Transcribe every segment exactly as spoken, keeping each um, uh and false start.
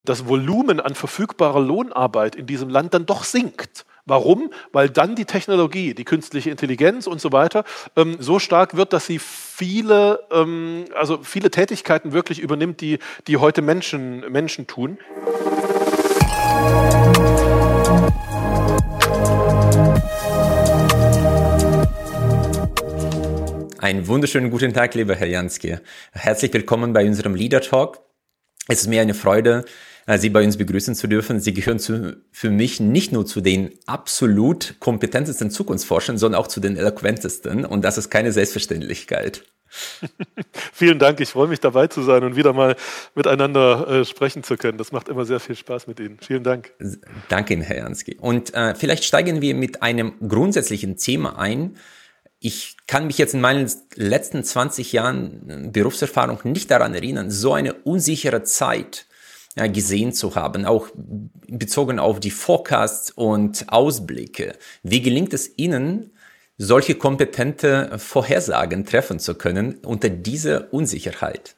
das Volumen an verfügbarer Lohnarbeit in diesem Land dann doch sinkt. Warum? Weil dann die Technologie, die künstliche Intelligenz und so weiter ähm, so stark wird, dass sie viele, ähm, also viele Tätigkeiten wirklich übernimmt, die, die heute Menschen, Menschen tun. Einen wunderschönen guten Tag, lieber Herr Jansky. Herzlich willkommen bei unserem Leader Talk. Es ist mir eine Freude, Sie bei uns begrüßen zu dürfen. Sie gehören zu, für mich nicht nur zu den absolut kompetentesten Zukunftsforschern, sondern auch zu den eloquentesten. Und das ist keine Selbstverständlichkeit. Vielen Dank, ich freue mich dabei zu sein und wieder mal miteinander äh, sprechen zu können. Das macht immer sehr viel Spaß mit Ihnen. Vielen Dank. Danke Ihnen, Herr Jansky. Und äh, vielleicht steigen wir mit einem grundsätzlichen Thema ein. Ich kann mich jetzt in meinen letzten zwanzig Jahren Berufserfahrung nicht daran erinnern, so eine unsichere Zeit ja, gesehen zu haben, auch bezogen auf die Forecasts und Ausblicke. Wie gelingt es Ihnen, solche kompetente Vorhersagen treffen zu können unter dieser Unsicherheit?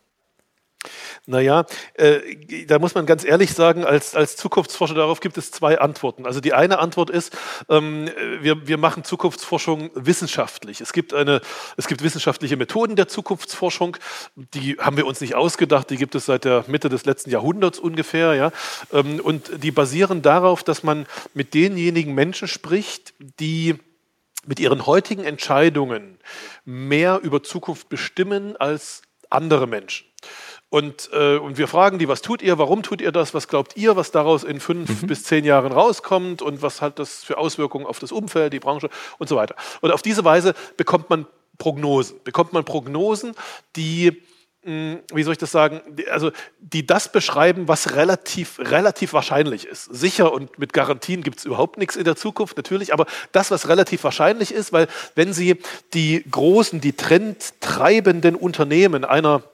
Naja, äh, da muss man ganz ehrlich sagen, als, als Zukunftsforscher darauf gibt es zwei Antworten. Also die eine Antwort ist, ähm, wir, wir machen Zukunftsforschung wissenschaftlich. Es gibt, eine, es gibt wissenschaftliche Methoden der Zukunftsforschung, die haben wir uns nicht ausgedacht, die gibt es seit der Mitte des letzten Jahrhunderts ungefähr. Ja? Ähm, und die basieren darauf, dass man mit denjenigen Menschen spricht, die mit ihren heutigen Entscheidungen mehr über Zukunft bestimmen als andere Menschen. Und, äh, und wir fragen die, was tut ihr, warum tut ihr das, was glaubt ihr, was daraus in fünf mhm. bis zehn Jahren rauskommt und was hat das für Auswirkungen auf das Umfeld, die Branche und so weiter. Und auf diese Weise bekommt man Prognosen, bekommt man Prognosen, die, mh, wie soll ich das sagen, die, also die das beschreiben, was relativ, relativ wahrscheinlich ist. Sicher und mit Garantien gibt es überhaupt nichts in der Zukunft, natürlich, aber das, was relativ wahrscheinlich ist, weil wenn Sie die großen, die trendtreibenden Unternehmen einer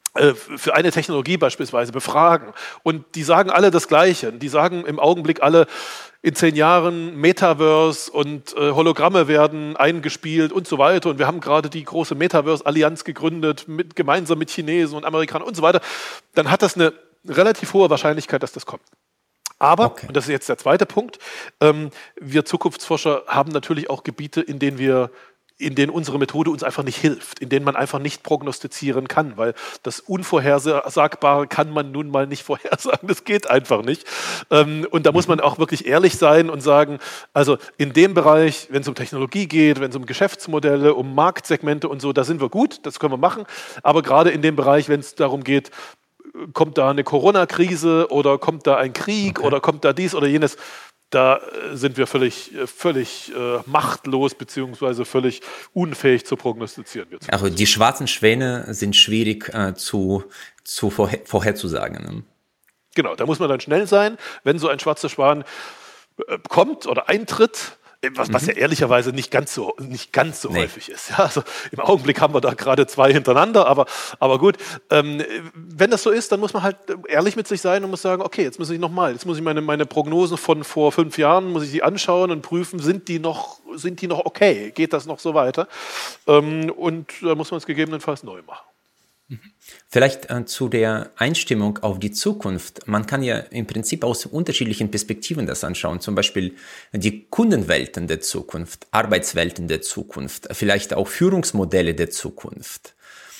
für eine Technologie beispielsweise befragen. Und die sagen alle das Gleiche. Die sagen im Augenblick alle, in zehn Jahren Metaverse und äh, Hologramme werden eingespielt und so weiter. Und wir haben gerade die große Metaverse-Allianz gegründet, mit, gemeinsam mit Chinesen und Amerikanern und so weiter. Dann hat das eine relativ hohe Wahrscheinlichkeit, dass das kommt. Aber, okay. Und das ist jetzt der zweite Punkt, ähm, wir Zukunftsforscher haben natürlich auch Gebiete, in denen wir in denen unsere Methode uns einfach nicht hilft, in denen man einfach nicht prognostizieren kann, weil das Unvorhersagbare kann man nun mal nicht vorhersagen, das geht einfach nicht. Und da muss man auch wirklich ehrlich sein und sagen, also in dem Bereich, wenn es um Technologie geht, wenn es um Geschäftsmodelle, um Marktsegmente und so, da sind wir gut, das können wir machen, aber gerade in dem Bereich, wenn es darum geht, kommt da eine Corona-Krise oder kommt da ein Krieg okay. oder kommt da dies oder jenes, da sind wir völlig, völlig äh, machtlos beziehungsweise völlig unfähig zu prognostizieren. Also die schwarzen Schwäne sind schwierig äh, zu, zu vorher, vorherzusagen. Ne? Genau, da muss man dann schnell sein, wenn so ein schwarzer Schwan äh, kommt oder eintritt, was, was mhm. ja ehrlicherweise nicht ganz so, nicht ganz so nee. häufig ist. Ja, also im Augenblick haben wir da gerade zwei hintereinander, aber, aber gut, ähm, wenn das so ist, dann muss man halt ehrlich mit sich sein und muss sagen, okay, jetzt muss ich nochmal, jetzt muss ich meine, meine Prognosen von vor fünf Jahren, muss ich die anschauen und prüfen, sind die noch, sind die noch okay, geht das noch so weiter? Ähm, und da muss man es gegebenenfalls neu machen. Vielleicht äh, zu der Einstimmung auf die Zukunft. Man kann ja im Prinzip aus unterschiedlichen Perspektiven das anschauen. Zum Beispiel die Kundenwelten der Zukunft, Arbeitswelten der Zukunft, vielleicht auch Führungsmodelle der Zukunft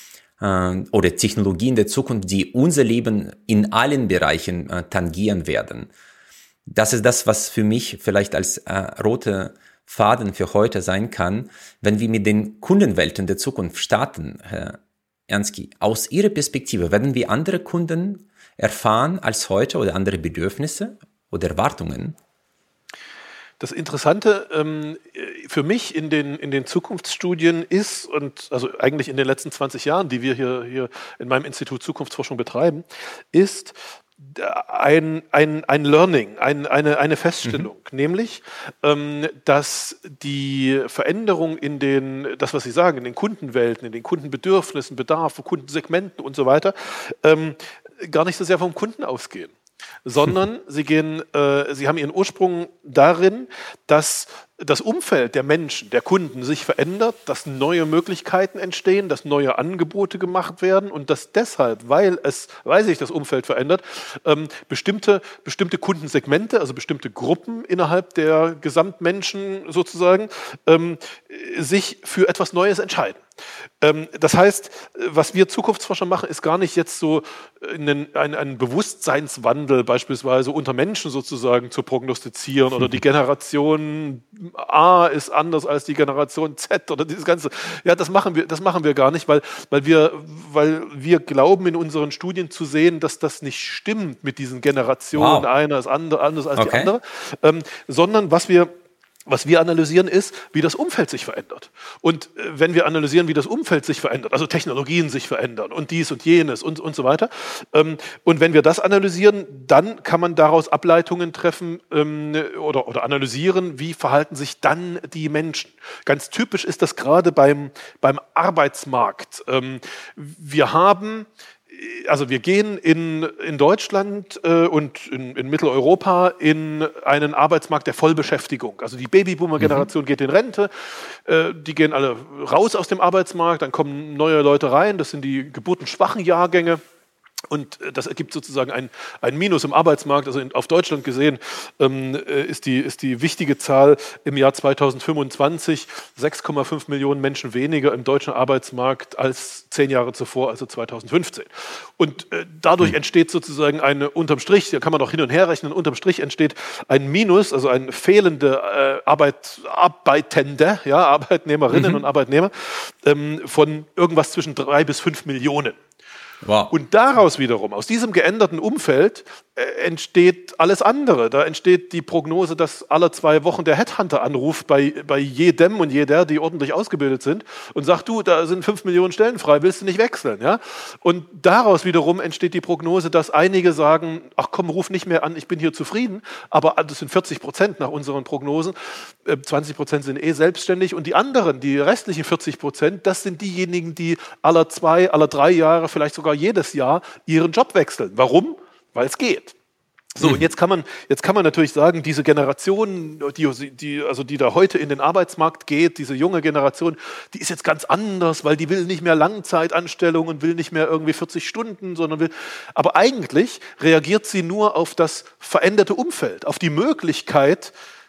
äh, oder Technologien der Zukunft, die unser Leben in allen Bereichen äh, tangieren werden. Das ist das, was für mich vielleicht als äh, rote Faden für heute sein kann, wenn wir mit den Kundenwelten der Zukunft starten, Herr Jansky, aus Ihrer Perspektive, werden wir andere Kunden erfahren als heute oder andere Bedürfnisse oder Erwartungen? Das Interessante ähm, für mich in den, in den Zukunftsstudien ist, und also eigentlich in den letzten zwanzig Jahren, die wir hier, hier in meinem Institut Zukunftsforschung betreiben, ist ein, ein, ein Learning, ein, eine, eine Feststellung, mhm. nämlich, ähm, dass die Veränderung in den, das was Sie sagen, in den Kundenwelten, in den Kundenbedürfnissen, Bedarf, Kundensegmenten und so weiter, ähm, gar nicht so sehr vom Kunden ausgehen, sondern sie gehen, äh, sie haben ihren Ursprung darin, dass das Umfeld der Menschen, der Kunden sich verändert, dass neue Möglichkeiten entstehen, dass neue Angebote gemacht werden und dass deshalb, weil es, weil sich das Umfeld verändert, ähm, bestimmte, bestimmte Kundensegmente, also bestimmte Gruppen innerhalb der Gesamtmenschen sozusagen, ähm, sich für etwas Neues entscheiden. Ähm, das heißt, was wir Zukunftsforscher machen, ist gar nicht jetzt so einen, einen, einen Bewusstseinswandel beispielsweise unter Menschen sozusagen zu prognostizieren oder die Generation A ist anders als die Generation Z oder dieses Ganze. Ja, das machen wir, das machen wir gar nicht, weil, weil, wir, weil wir glauben in unseren Studien zu sehen, dass das nicht stimmt mit diesen Generationen, wow. Einer ist andere, anders als okay. die andere, ähm, sondern was wir Was wir analysieren ist, wie das Umfeld sich verändert. Und wenn wir analysieren, wie das Umfeld sich verändert, also Technologien sich verändern und dies und jenes und, und so weiter, ähm, und wenn wir das analysieren, dann kann man daraus Ableitungen treffen ähm, oder, oder analysieren, wie verhalten sich dann die Menschen. Ganz typisch ist das gerade beim, beim Arbeitsmarkt. Ähm, wir haben Also wir gehen in, in Deutschland äh, und in, in Mitteleuropa in einen Arbeitsmarkt der Vollbeschäftigung. Also die Babyboomer-Generation mhm. geht in Rente, äh, die gehen alle raus aus dem Arbeitsmarkt, dann kommen neue Leute rein, das sind die geburtenschwachen Jahrgänge. Und das ergibt sozusagen ein, ein Minus im Arbeitsmarkt. Also in, auf Deutschland gesehen ähm, ist, die, ist die wichtige Zahl im Jahr zweitausendfünfundzwanzig sechs Komma fünf Millionen Menschen weniger im deutschen Arbeitsmarkt als zehn Jahre zuvor, also zweitausendfünfzehn. Und äh, dadurch mhm. entsteht sozusagen eine, unterm Strich, da kann man auch hin und her rechnen, unterm Strich entsteht ein Minus, also ein fehlende äh, Arbeit, Arbeitende, ja, Arbeitnehmerinnen mhm. und Arbeitnehmer ähm, von irgendwas zwischen drei bis fünf Millionen. Wow. Und daraus wiederum, aus diesem geänderten Umfeld, äh, entsteht alles andere. Da entsteht die Prognose, dass alle zwei Wochen der Headhunter anruft bei, bei jedem und jeder, die ordentlich ausgebildet sind und sagt, du, da sind fünf Millionen Stellen frei, willst du nicht wechseln? Ja? Und daraus wiederum entsteht die Prognose, dass einige sagen, ach komm, ruf nicht mehr an, ich bin hier zufrieden, aber das sind vierzig Prozent nach unseren Prognosen, äh, zwanzig Prozent sind eh selbstständig und die anderen, die restlichen vierzig Prozent, das sind diejenigen, die alle zwei, alle drei Jahre, vielleicht sogar jedes Jahr ihren Job wechseln. Warum? Weil es geht. So, und jetzt kann man, jetzt kann man natürlich sagen, diese Generation, die, die, also die da heute in den Arbeitsmarkt geht, diese junge Generation, die ist jetzt ganz anders, weil die will nicht mehr Langzeitanstellungen, will nicht mehr irgendwie vierzig Stunden, sondern will, aber eigentlich reagiert sie nur auf das veränderte Umfeld, auf die Möglichkeit,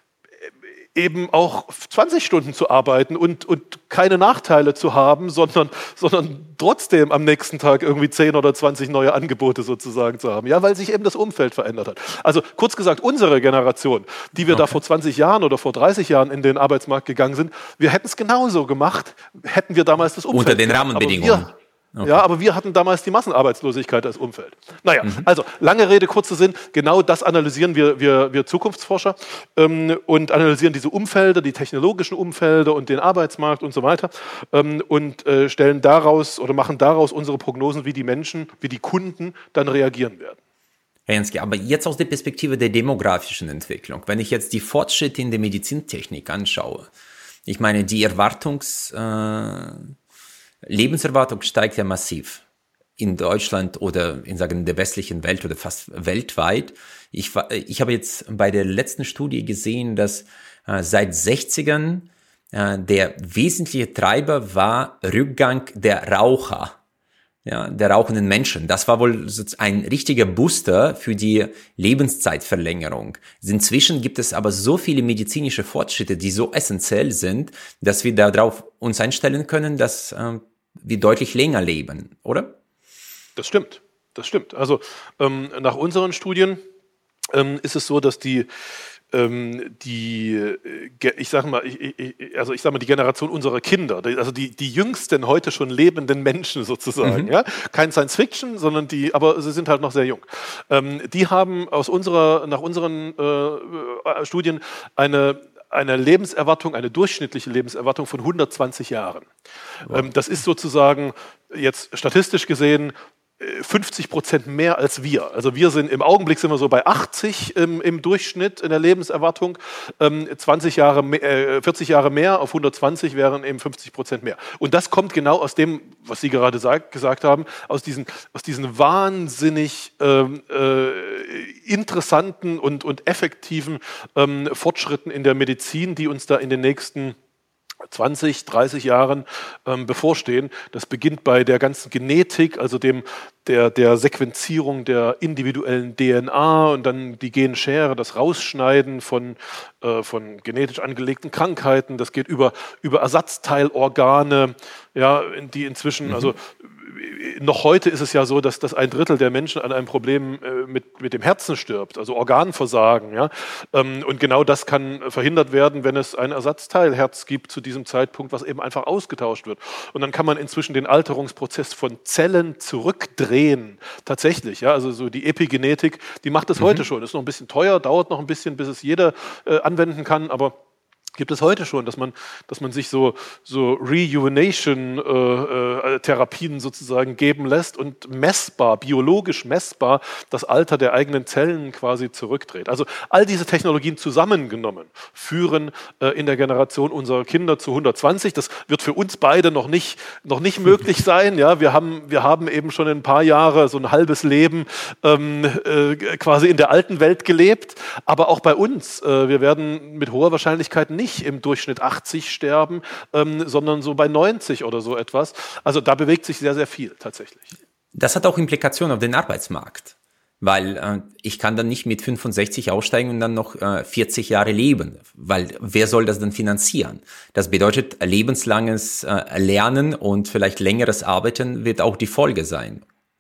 eben auch zwanzig Stunden zu arbeiten und, und keine Nachteile zu haben, sondern, sondern trotzdem am nächsten Tag irgendwie zehn oder zwanzig neue Angebote sozusagen zu haben, ja, weil sich eben das Umfeld verändert hat. Also kurz gesagt, unsere Generation, die wir okay. da vor zwanzig Jahren oder vor dreißig Jahren in den Arbeitsmarkt gegangen sind, wir hätten es genauso gemacht, hätten wir damals das Umfeld. Unter den Rahmenbedingungen. Okay. Ja, aber wir hatten damals die Massenarbeitslosigkeit als Umfeld. Naja, mhm. also lange Rede, kurzer Sinn, genau das analysieren wir, wir, wir Zukunftsforscher ähm, und analysieren diese Umfelder, die technologischen Umfelder und den Arbeitsmarkt und so weiter ähm, und äh, stellen daraus oder machen daraus unsere Prognosen, wie die Menschen, wie die Kunden dann reagieren werden. Herr Jansky, aber jetzt aus der Perspektive der demografischen Entwicklung, wenn ich jetzt die Fortschritte in der Medizintechnik anschaue, ich meine, die Erwartungs... Äh, Lebenserwartung steigt ja massiv in Deutschland oder in sagen, der westlichen Welt oder fast weltweit. Ich, ich habe jetzt bei der letzten Studie gesehen, dass äh, seit sechzigern äh, der wesentliche Treiber war Rückgang der Raucher, ja, der rauchenden Menschen. Das war wohl ein richtiger Booster für die Lebenszeitverlängerung. Inzwischen gibt es aber so viele medizinische Fortschritte, die so essentiell sind, dass wir darauf uns einstellen können, dass äh, wir deutlich länger leben, oder? Das stimmt, das stimmt. Also ähm, nach unseren Studien ähm, ist es so, dass die ähm, die, ich sage mal, ich, ich, also ich sage mal die Generation unserer Kinder, also die die jüngsten heute schon lebenden Menschen sozusagen, mhm. ja, kein Science Fiction, sondern die, aber sie sind halt noch sehr jung. Ähm, die haben aus unserer, nach unseren äh, Studien eine eine Lebenserwartung, eine durchschnittliche Lebenserwartung von hundertzwanzig Jahren. Wow. Ähm, das ist sozusagen jetzt statistisch gesehen fünfzig Prozent mehr als wir. Also wir sind im Augenblick sind wir so bei achtzig im, im Durchschnitt in der Lebenserwartung. Ähm, zwanzig Jahre, äh, vierzig Jahre mehr auf hundertzwanzig wären eben fünfzig Prozent mehr. Und das kommt genau aus dem, was Sie gerade sag, gesagt haben, aus diesen, aus diesen wahnsinnig ähm, äh, interessanten und, und effektiven ähm, Fortschritten in der Medizin, die uns da in den nächsten zwanzig, dreißig Jahren ähm, bevorstehen. Das beginnt bei der ganzen Genetik, also dem, der, der Sequenzierung der individuellen D N A und dann die Genschere, das Rausschneiden von, äh, von genetisch angelegten Krankheiten. Das geht über, über Ersatzteilorgane, ja, die inzwischen, mhm. also noch heute ist es ja so, dass, dass ein Drittel der Menschen an einem Problem äh, mit, mit dem Herzen stirbt, also Organversagen. Ja? Ähm, und genau das kann verhindert werden, wenn es ein Ersatzteilherz gibt zu diesem Zeitpunkt, was eben einfach ausgetauscht wird. Und dann kann man inzwischen den Alterungsprozess von Zellen zurückdrehen. Tatsächlich, ja, also so die Epigenetik, die macht das mhm. heute schon. Ist noch ein bisschen teuer, dauert noch ein bisschen, bis es jeder äh, anwenden kann, aber gibt es heute schon, dass man, dass man sich so, so Rejuvenation-Therapien äh, sozusagen geben lässt und messbar, biologisch messbar das Alter der eigenen Zellen quasi zurückdreht. Also all diese Technologien zusammengenommen führen äh, in der Generation unserer Kinder zu hundertzwanzig. Das wird für uns beide noch nicht, noch nicht möglich sein. Ja, wir haben, wir haben eben schon ein paar Jahre, so ein halbes Leben ähm, äh, quasi in der alten Welt gelebt. Aber auch bei uns, äh, wir werden mit hoher Wahrscheinlichkeit nicht nicht im Durchschnitt achtzig sterben, ähm, sondern so bei neunzig oder so etwas. Also da bewegt sich sehr, sehr viel tatsächlich. Das hat auch Implikationen auf den Arbeitsmarkt, weil äh, ich kann dann nicht mit fünfundsechzig aussteigen und dann noch äh, vierzig Jahre leben, weil wer soll das dann finanzieren? Das bedeutet, lebenslanges äh, Lernen und vielleicht längeres Arbeiten wird auch die Folge sein.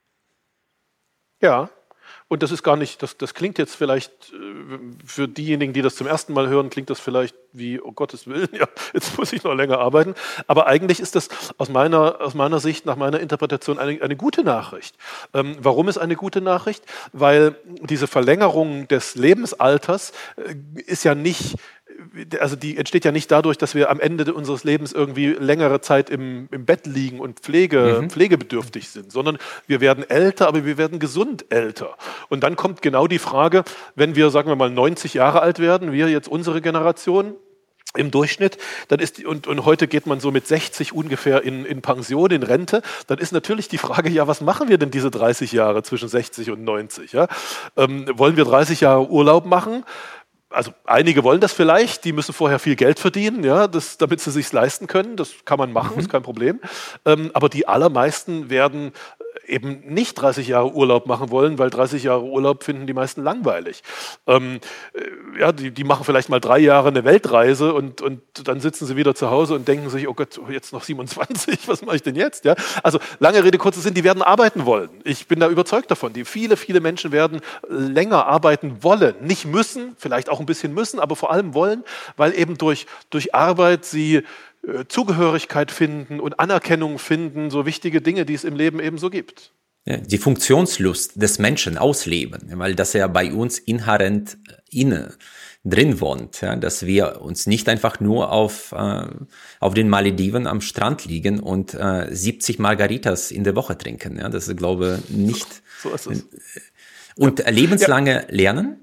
Ja. Und das ist gar nicht, das, das klingt jetzt vielleicht für diejenigen, die das zum ersten Mal hören, klingt das vielleicht wie, oh Gottes Willen, ja, jetzt muss ich noch länger arbeiten. Aber eigentlich ist das aus meiner, aus meiner Sicht, nach meiner Interpretation eine, eine gute Nachricht. Ähm, warum ist eine gute Nachricht? Weil diese Verlängerung des Lebensalters äh, ist ja nicht, also die entsteht ja nicht dadurch, dass wir am Ende unseres Lebens irgendwie längere Zeit im, im Bett liegen und Pflege, mhm. pflegebedürftig sind, sondern wir werden älter, aber wir werden gesund älter. Und dann kommt genau die Frage, wenn wir, sagen wir mal, neunzig Jahre alt werden, wir jetzt unsere Generation, im Durchschnitt, dann ist die, und, und heute geht man so mit sechzig ungefähr in, in Pension, in Rente, dann ist natürlich die Frage, ja, was machen wir denn diese dreißig Jahre zwischen sechzig und neunzig? Ja? Ähm, wollen wir dreißig Jahre Urlaub machen? Also einige wollen das vielleicht, die müssen vorher viel Geld verdienen, ja, das, damit sie es sich leisten können, das kann man machen, mhm. ist kein Problem. Ähm, aber die allermeisten werden eben nicht dreißig Jahre Urlaub machen wollen, weil dreißig Jahre Urlaub finden die meisten langweilig. Ähm, äh, ja, die, die machen vielleicht mal drei Jahre eine Weltreise und, und dann sitzen sie wieder zu Hause und denken sich, oh Gott, jetzt noch siebenundzwanzig, was mache ich denn jetzt? Ja? Also lange Rede, kurzer Sinn, die werden arbeiten wollen. Ich bin da überzeugt davon. Die viele, viele Menschen werden länger arbeiten wollen. Nicht müssen, vielleicht auch ein bisschen müssen, aber vor allem wollen, weil eben durch, durch Arbeit sie Zugehörigkeit finden und Anerkennung finden, so wichtige Dinge, die es im Leben eben so gibt. Ja, die Funktionslust des Menschen ausleben, weil das ja bei uns inhärent inne drin wohnt, ja, dass wir uns nicht einfach nur auf, äh, auf den Malediven am Strand liegen und äh, siebzig Margaritas in der Woche trinken. Ja, das ist, glaube ich, nicht. So, so ist es. Und lebenslange ja. Lernen?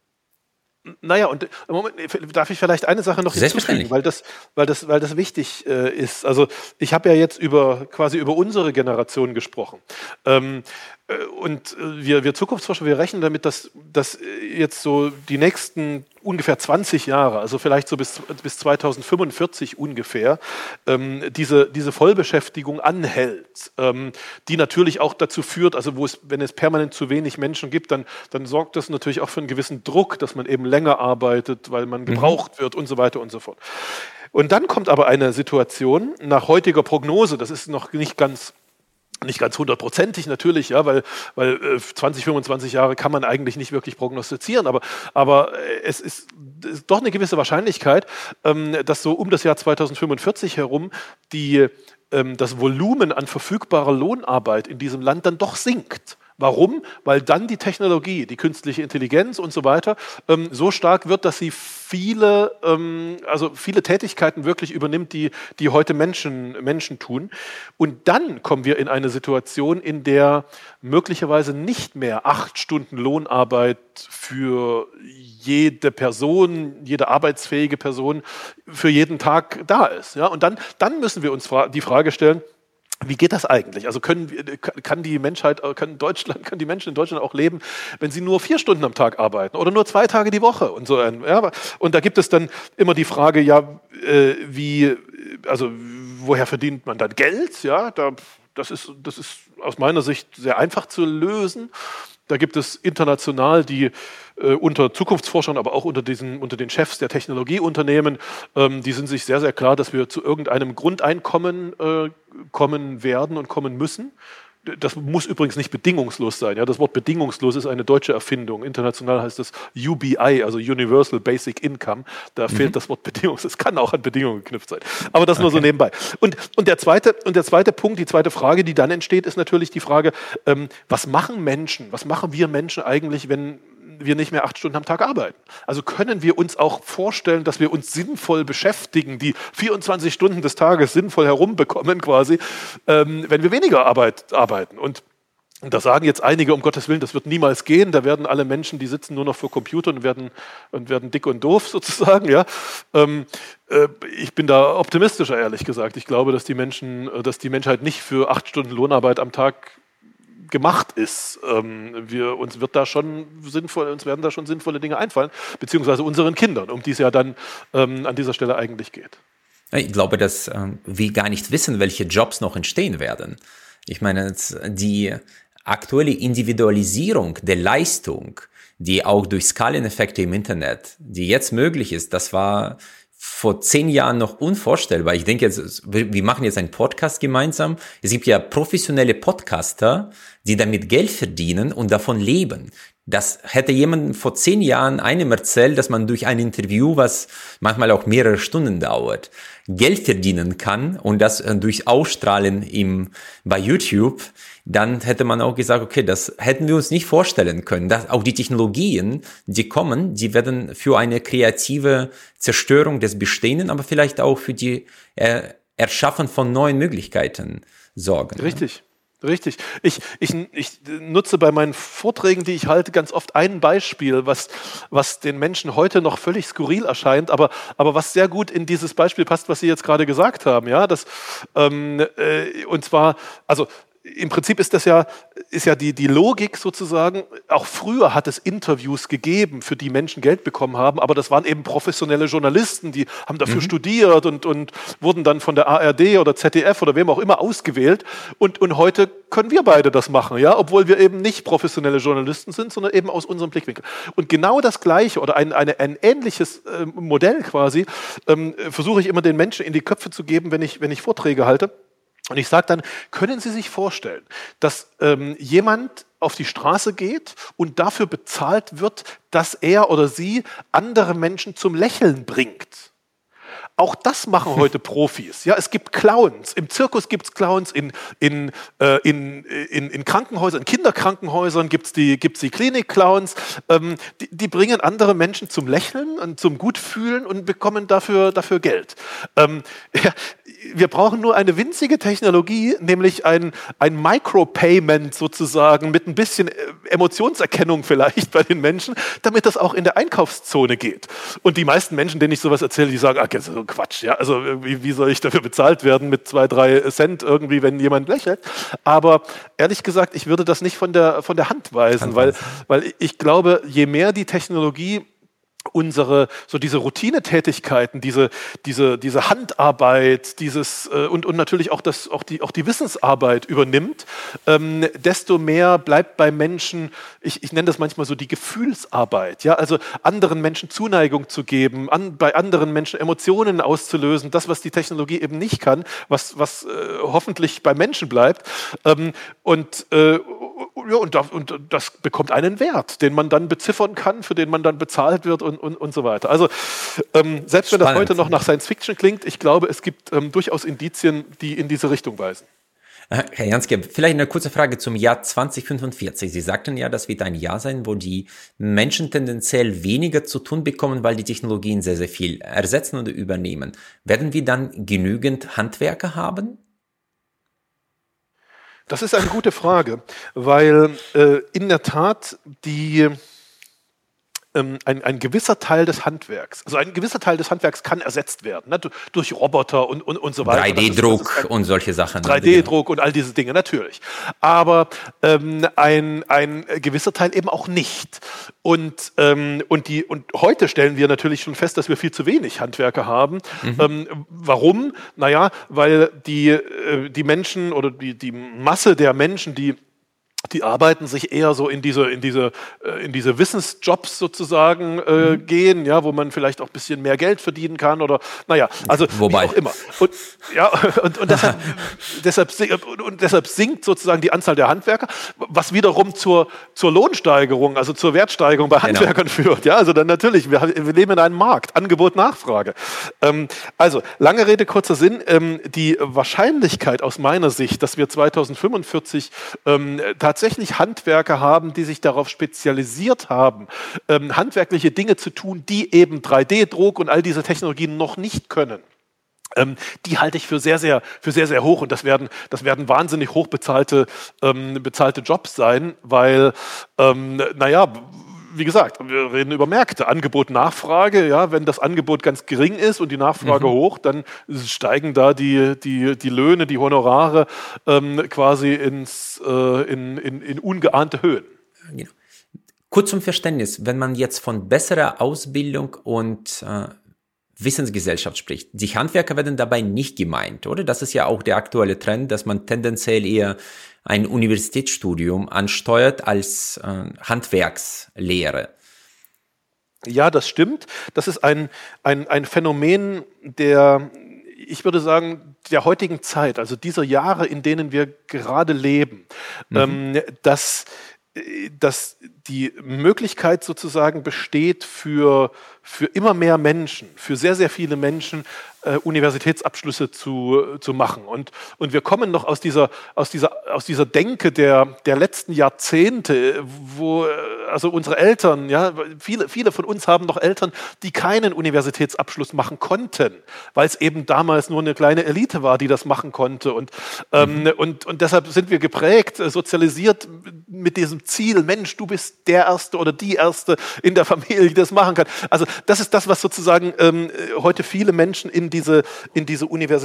Naja, und Moment, darf ich vielleicht eine Sache noch hinzufügen, weil das, weil das, weil das wichtig äh, ist. Also ich habe ja jetzt über quasi über unsere Generation gesprochen. Ähm, äh, und wir, wir Zukunftsforscher, wir rechnen damit, dass, dass jetzt so die nächsten ungefähr zwanzig Jahre, also vielleicht so bis, bis zweitausendfünfundvierzig ungefähr, ähm, diese, diese Vollbeschäftigung anhält, ähm, die natürlich auch dazu führt, also wo es, wenn es permanent zu wenig Menschen gibt, dann, dann sorgt das natürlich auch für einen gewissen Druck, dass man eben länger arbeitet, weil man gebraucht mhm. wird und so weiter und so fort. Und dann kommt aber eine Situation nach heutiger Prognose, das ist noch nicht ganz Nicht ganz hundertprozentig natürlich, ja, weil, weil äh, zwanzig, fünfundzwanzig Jahre kann man eigentlich nicht wirklich prognostizieren, aber, aber äh, es ist, ist doch eine gewisse Wahrscheinlichkeit, ähm, dass so um das Jahr zweitausendfünfundvierzig herum die, ähm, das Volumen an verfügbarer Lohnarbeit in diesem Land dann doch sinkt. Warum? Weil dann die Technologie, die künstliche Intelligenz und so weiter ähm, so stark wird, dass sie viele, ähm, also viele Tätigkeiten wirklich übernimmt, die, die heute Menschen, Menschen tun. Und dann kommen wir in eine Situation, in der möglicherweise nicht mehr acht Stunden Lohnarbeit für jede Person, jede arbeitsfähige Person für jeden Tag da ist. Ja? Und dann, dann müssen wir uns fra- die Frage stellen, wie geht das eigentlich? Also können, kann die Menschheit, kann Deutschland, kann die Menschen in Deutschland auch leben, wenn sie nur vier Stunden am Tag arbeiten oder nur zwei Tage die Woche und so ein, ja, und da gibt es dann immer die Frage, ja, äh, wie, also woher verdient man dann Geld? Ja, da, das ist, das ist aus meiner Sicht sehr einfach zu lösen. Da gibt es international die äh, unter Zukunftsforschern, aber auch unter, diesen, unter den Chefs der Technologieunternehmen, ähm, die sind sich sehr, sehr klar, dass wir zu irgendeinem Grundeinkommen äh, kommen werden und kommen müssen. Das muss übrigens nicht bedingungslos sein. Ja? Das Wort bedingungslos ist eine deutsche Erfindung. International heißt das U B I, also Universal Basic Income. Da mhm. fehlt das Wort bedingungslos. Es kann auch an Bedingungen geknüpft sein. Aber das nur okay. so nebenbei. Und, und, der zweite, und der zweite Punkt, die zweite Frage, die dann entsteht, ist natürlich die Frage, ähm, was machen Menschen, was machen wir Menschen eigentlich, wenn wir nicht mehr acht Stunden am Tag arbeiten? Also können wir uns auch vorstellen, dass wir uns sinnvoll beschäftigen, die vierundzwanzig Stunden des Tages sinnvoll herumbekommen quasi, ähm, wenn wir weniger Arbeit arbeiten? Und da sagen jetzt einige, um Gottes Willen, das wird niemals gehen, da werden alle Menschen, die sitzen nur noch vor Computern und werden, und werden dick und doof sozusagen. Ja. Ähm, äh, ich bin da optimistischer, ehrlich gesagt. Ich glaube, dass die Menschen, dass die Menschheit nicht für acht Stunden Lohnarbeit am Tag gemacht ist. Ähm, wir, uns wird da schon sinnvoll, uns werden da schon sinnvolle Dinge einfallen, beziehungsweise unseren Kindern, um die es ja dann ähm, an dieser Stelle eigentlich geht. Ich glaube, dass ähm, wir gar nicht wissen, welche Jobs noch entstehen werden. Ich meine, die aktuelle Individualisierung der Leistung, die auch durch Skaleneffekte im Internet, die jetzt möglich ist, das war vor zehn Jahren noch unvorstellbar. Ich denke jetzt, wir machen jetzt einen Podcast gemeinsam. Es gibt ja professionelle Podcaster, die damit Geld verdienen und davon leben. Das hätte jemand vor zehn Jahren einem erzählt, dass man durch ein Interview, was manchmal auch mehrere Stunden dauert, Geld verdienen kann und das durch Ausstrahlen im, bei YouTube, dann hätte man auch gesagt, okay, das hätten wir uns nicht vorstellen können. Dass auch die Technologien, die kommen, die werden für eine kreative Zerstörung des Bestehenden, aber vielleicht auch für die äh, Erschaffen von neuen Möglichkeiten sorgen. Richtig. Richtig. Ich, ich, ich nutze bei meinen Vorträgen, die ich halte, ganz oft ein Beispiel, was, was den Menschen heute noch völlig skurril erscheint, aber, aber was sehr gut in dieses Beispiel passt, was Sie jetzt gerade gesagt haben. Ja, das, ähm, äh, und zwar, also im Prinzip ist das ja, ist ja die, die Logik sozusagen, auch früher hat es Interviews gegeben, für die Menschen Geld bekommen haben, aber das waren eben professionelle Journalisten, die haben dafür mhm. studiert und, und wurden dann von der A R D oder Z D F oder wem auch immer ausgewählt. Und, und heute können wir beide das machen, ja, obwohl wir eben nicht professionelle Journalisten sind, sondern eben aus unserem Blickwinkel. Und genau das Gleiche oder ein, eine, ein ähnliches äh, Modell quasi ähm, versuche ich immer den Menschen in die Köpfe zu geben, wenn ich, wenn ich Vorträge halte. Und ich sage dann, können Sie sich vorstellen, dass ähm, jemand auf die Straße geht und dafür bezahlt wird, dass er oder sie andere Menschen zum Lächeln bringt? Auch das machen heute Profis. Ja, es gibt Clowns. Im Zirkus gibt es Clowns, in, in, äh, in, in, in Krankenhäusern, in Kinderkrankenhäusern gibt es die, gibt's die Klinik-Clowns. Ähm, die, die bringen andere Menschen zum Lächeln und zum Gutfühlen und bekommen dafür, dafür Geld. Ähm, ja, wir brauchen nur eine winzige Technologie, nämlich ein, ein Micropayment sozusagen mit ein bisschen Emotionserkennung vielleicht bei den Menschen, damit das auch in der Einkaufszone geht. Und die meisten Menschen, denen ich sowas erzähle, die sagen, ach, das ist so Quatsch, ja, also wie, wie soll ich dafür bezahlt werden mit zwei, drei Cent irgendwie, wenn jemand lächelt? Aber ehrlich gesagt, ich würde das nicht von der, von der Hand weisen, weil, weil ich glaube, je mehr die Technologie unsere, so diese Routinetätigkeiten, diese, diese, diese Handarbeit, dieses, äh, und, und natürlich auch, das, auch, die, auch die Wissensarbeit übernimmt, ähm, desto mehr bleibt bei Menschen, ich, ich nenne das manchmal so die Gefühlsarbeit, ja, also anderen Menschen Zuneigung zu geben, an, bei anderen Menschen Emotionen auszulösen, das, was die Technologie eben nicht kann, was, was äh, hoffentlich bei Menschen bleibt. Ähm, und, äh, ja, und, da, und das bekommt einen Wert, den man dann beziffern kann, für den man dann bezahlt wird und, und, und so weiter. Also ähm, selbst wenn das heute noch nach Science Fiction klingt, ich glaube, es gibt ähm, durchaus Indizien, die in diese Richtung weisen. Herr Jansky, vielleicht eine kurze Frage zum Jahr zwanzig fünfundvierzig. Sie sagten ja, das wird ein Jahr sein, wo die Menschen tendenziell weniger zu tun bekommen, weil die Technologien sehr, sehr viel ersetzen oder übernehmen. Werden wir dann genügend Handwerker haben? Das ist eine gute Frage, weil äh, in der Tat die Ein, ein gewisser Teil des Handwerks, also ein gewisser Teil des Handwerks kann ersetzt werden, ne, durch Roboter und, und, und so weiter. drei D Druck und solche Sachen. drei D Druck und all diese Dinge, natürlich. Aber ähm, ein, ein gewisser Teil eben auch nicht. Und, ähm, und, die, und heute stellen wir natürlich schon fest, dass wir viel zu wenig Handwerker haben. Mhm. Ähm, warum? Naja, weil die, äh, die Menschen oder die, die Masse der Menschen, die Die arbeiten sich eher so in diese, in diese, in diese Wissensjobs sozusagen äh, mhm. gehen, ja, wo man vielleicht auch ein bisschen mehr Geld verdienen kann oder, naja, also Wobei. wie auch immer. Und, ja, und, und, deshalb, deshalb, und deshalb sinkt sozusagen die Anzahl der Handwerker, was wiederum zur, zur Lohnsteigerung, also zur Wertsteigerung bei Handwerkern genau. führt. Ja, also dann natürlich, wir, wir leben in einem Markt, Angebot, Nachfrage. Ähm, also, lange Rede, kurzer Sinn, ähm, die Wahrscheinlichkeit aus meiner Sicht, dass wir zweitausendfünfundvierzig ähm, tatsächlich Handwerker haben, die sich darauf spezialisiert haben, ähm, handwerkliche Dinge zu tun, die eben drei D Druck und all diese Technologien noch nicht können. Ähm, die halte ich für sehr, sehr, für sehr, sehr hoch und das werden, das werden wahnsinnig hochbezahlte ähm, bezahlte Jobs sein, weil, ähm, naja, wie gesagt, wir reden über Märkte, Angebot, Nachfrage. Ja, wenn das Angebot ganz gering ist und die Nachfrage mhm. hoch, dann steigen da die, die, die Löhne, die Honorare ähm, quasi ins, äh, in, in, in ungeahnte Höhen. Genau. Kurz zum Verständnis, wenn man jetzt von besserer Ausbildung und äh, Wissensgesellschaft spricht, die Handwerker werden dabei nicht gemeint, oder? Das ist ja auch der aktuelle Trend, dass man tendenziell eher ein Universitätsstudium ansteuert als äh, Handwerkslehre. Ja, das stimmt. Das ist ein, ein, ein Phänomen der, ich würde sagen, der heutigen Zeit, also dieser Jahre, in denen wir gerade leben, mhm. ähm, dass, dass die Möglichkeit sozusagen besteht für, für immer mehr Menschen, für sehr, sehr viele Menschen, äh, Universitätsabschlüsse zu, zu machen. Und, und wir kommen noch aus dieser, aus dieser, aus dieser Denke der, der letzten Jahrzehnte, wo also unsere Eltern, ja, viele, viele von uns haben noch Eltern, die keinen Universitätsabschluss machen konnten, weil es eben damals nur eine kleine Elite war, die das machen konnte. Und, ähm, mhm. und, und deshalb sind wir geprägt, sozialisiert mit diesem Ziel, Mensch, du bist der Erste oder die Erste in der Familie, die das machen kann. Also das ist das, was sozusagen ähm, heute viele Menschen in diese, in diese